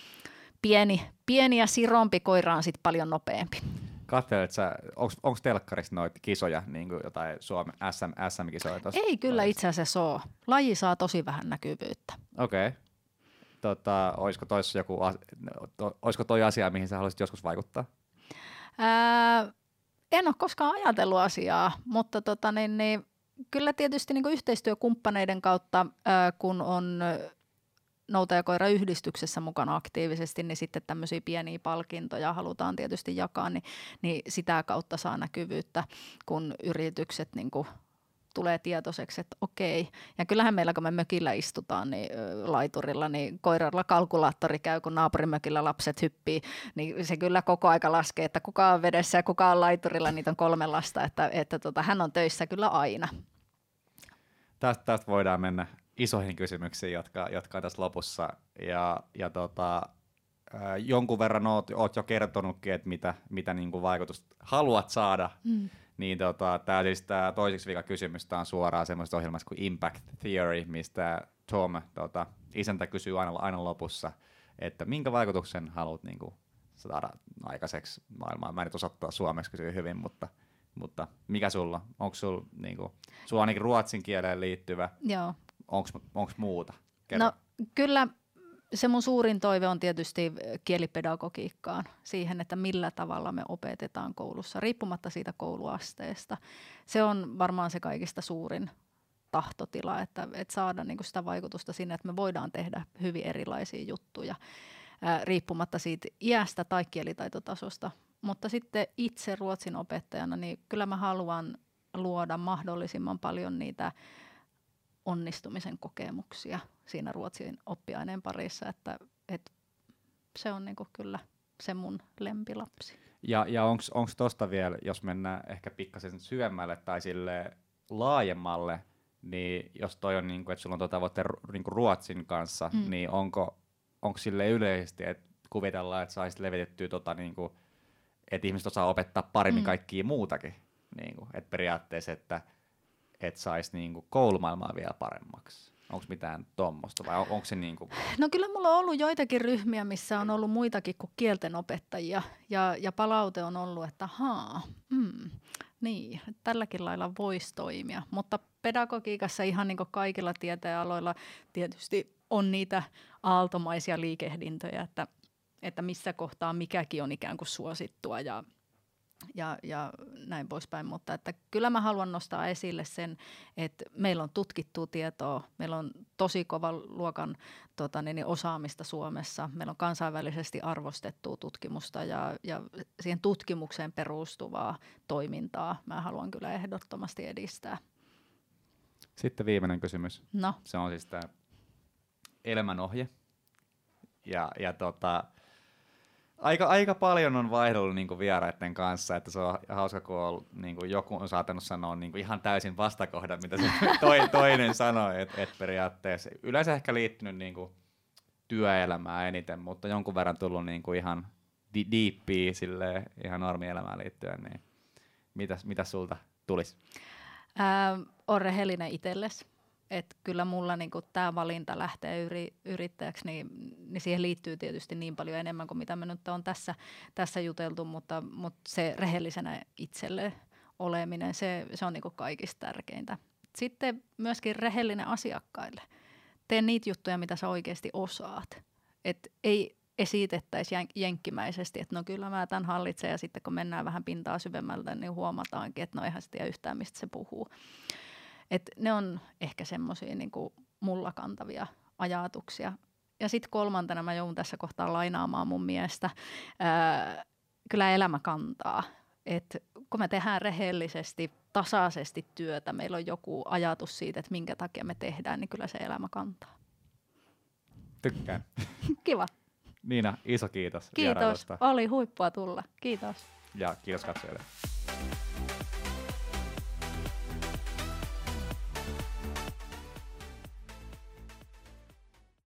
Pieni, pieni ja sirompi koira on sitten paljon nopeampi. Katselet sä, onko telkkarissa noita kisoja, niin kuin jotain Suomen S M-kisoja? Ei kyllä lajissa? Itse asiassa ole. Laji saa tosi vähän näkyvyyttä. Okei. Okay. Tota, olisiko, joku, to, olisiko toi asia, mihin sä haluaisit joskus vaikuttaa? Ää, en ole koskaan ajatellut asiaa, mutta tota, niin, niin, kyllä tietysti niin kuin yhteistyökumppaneiden kautta, ää, kun on noutajakoirayhdistyksessä mukana aktiivisesti, niin sitten tämmöisiä pieniä palkintoja halutaan tietysti jakaa, niin, niin sitä kautta saa näkyvyyttä, kun yritykset niin kuin tulee tietoiseksi, että okei. Ja kyllähän meillä, kun me mökillä istutaan niin laiturilla, niin koiralla kalkulaattori käy, kun naapurimökillä lapset hyppii, niin se kyllä koko aika laskee, että kuka on vedessä ja kuka on laiturilla, niitä on kolme lasta, että, että tota, hän on töissä kyllä aina. Tästä, tästä voidaan mennä isoihin kysymyksiin, jotka, jotka on tässä lopussa. Ja, ja tota, ää, jonkun verran oot, oot jo kertonutkin, että mitä, mitä niinku vaikutusta haluat saada. Mm. Niin tota, tää siis tää toiseksi vika kysymys, tää on suoraan semmoisesta ohjelmasta kuin Impact Theory, mistä Tom, tota, isäntä, kysyy aina, aina lopussa, että minkä vaikutuksen haluat niinku saada aikaiseksi maailmaan. Mä en nyt osaa suomeksi kysyä hyvin, mutta, mutta mikä sulla? Onko sulla niinku, sulla ainakin ruotsin kieleen liittyvä? Joo. Onko muuta? Kerro. No kyllä se mun suurin toive on tietysti kielipedagogiikkaan, siihen, että millä tavalla me opetetaan koulussa, riippumatta siitä kouluasteesta. Se on varmaan se kaikista suurin tahtotila, että, että saada niin kuin sitä vaikutusta sinne, että me voidaan tehdä hyvin erilaisia juttuja, ää, riippumatta siitä iästä tai kielitaitotasosta. Mutta sitten itse ruotsin opettajana, niin kyllä mä haluan luoda mahdollisimman paljon niitä onnistumisen kokemuksia siinä ruotsin oppiaineen parissa, että, että se on niinku kyllä se mun lempilapsi. Ja, ja onko tuosta vielä, jos mennään ehkä pikkasen syvemmälle tai sille laajemmalle, niin jos toi on, niinku, että sulla on tuo tavoite niinku ruotsin kanssa, mm. niin onko, onko sille yleisesti, että kuvitellaan, että saisit levitettyä, tota, niinku, että ihmiset osaa opettaa paremmin mm. kaikkia muutakin, niinku, että periaatteessa, että että saisi niinku koulumaailmaa vielä paremmaksi? Onko mitään tuommoista vai on, onko se niinku? No kyllä mulla on ollut joitakin ryhmiä, missä on ollut muitakin kuin kieltenopettajia ja, ja palaute on ollut, että haa, mm, niin, tälläkin lailla voisi toimia. Mutta pedagogiikassa ihan niin kuin kaikilla tieteenaloilla tietysti on niitä aaltomaisia liikehdintöjä, että, että missä kohtaa mikäkin on ikään kuin suosittua ja Ja, ja näin poispäin, mutta että kyllä mä haluan nostaa esille sen, että meillä on tutkittua tietoa, meillä on tosi kovan luokan tota, niin, osaamista Suomessa, meillä on kansainvälisesti arvostettua tutkimusta ja, ja siihen tutkimukseen perustuvaa toimintaa mä haluan kyllä ehdottomasti edistää. Sitten viimeinen kysymys. No. Se on siis tämä elämänohje. Ja, ja tota... Aika, aika paljon on vaihdellut niinku vieraiden kanssa, että se on hauska, kun on, niinku, joku on saattanut sanoa niinku, ihan täysin vastakohdan, mitä se toi, toinen sanoi, että et periaatteessa yleensä ehkä liittynyt niinku, työelämään eniten, mutta jonkun verran tullut niinku, ihan di- diippiä silleen, ihan normielämään liittyen, niin mitäs, mitäs sulta tulisi? Ää, on rehellinen itsellesi. Että kyllä mulla niinku tämä valinta lähtee yri, yrittäjäksi, niin, niin siihen liittyy tietysti niin paljon enemmän kuin mitä me nyt on tässä, tässä juteltu, mutta, mutta se rehellisenä itselle oleminen, se, se on niinku kaikista tärkeintä. Sitten myöskin rehellinen asiakkaille. Tee niitä juttuja, mitä sä oikeasti osaat. Et ei esitettäisi jenkkimäisesti, että no kyllä mä tämän hallitsen ja sitten kun mennään vähän pintaa syvemmältä, niin huomataankin, että no eihän se tiedä yhtään, mistä se puhuu. Et ne on ehkä semmoisia niinku mulla kantavia ajatuksia. Ja sitten kolmantena mä joudun tässä kohtaa lainaamaan mun miestä. Ää, kyllä elämä kantaa. Et kun me tehdään rehellisesti, tasaisesti työtä, meillä on joku ajatus siitä, että minkä takia me tehdään, niin kyllä se elämä kantaa. Tykkään. Kiva. Niina, iso kiitos. Kiitos. Oli huippua tulla. Kiitos. Ja kiitos katsojille.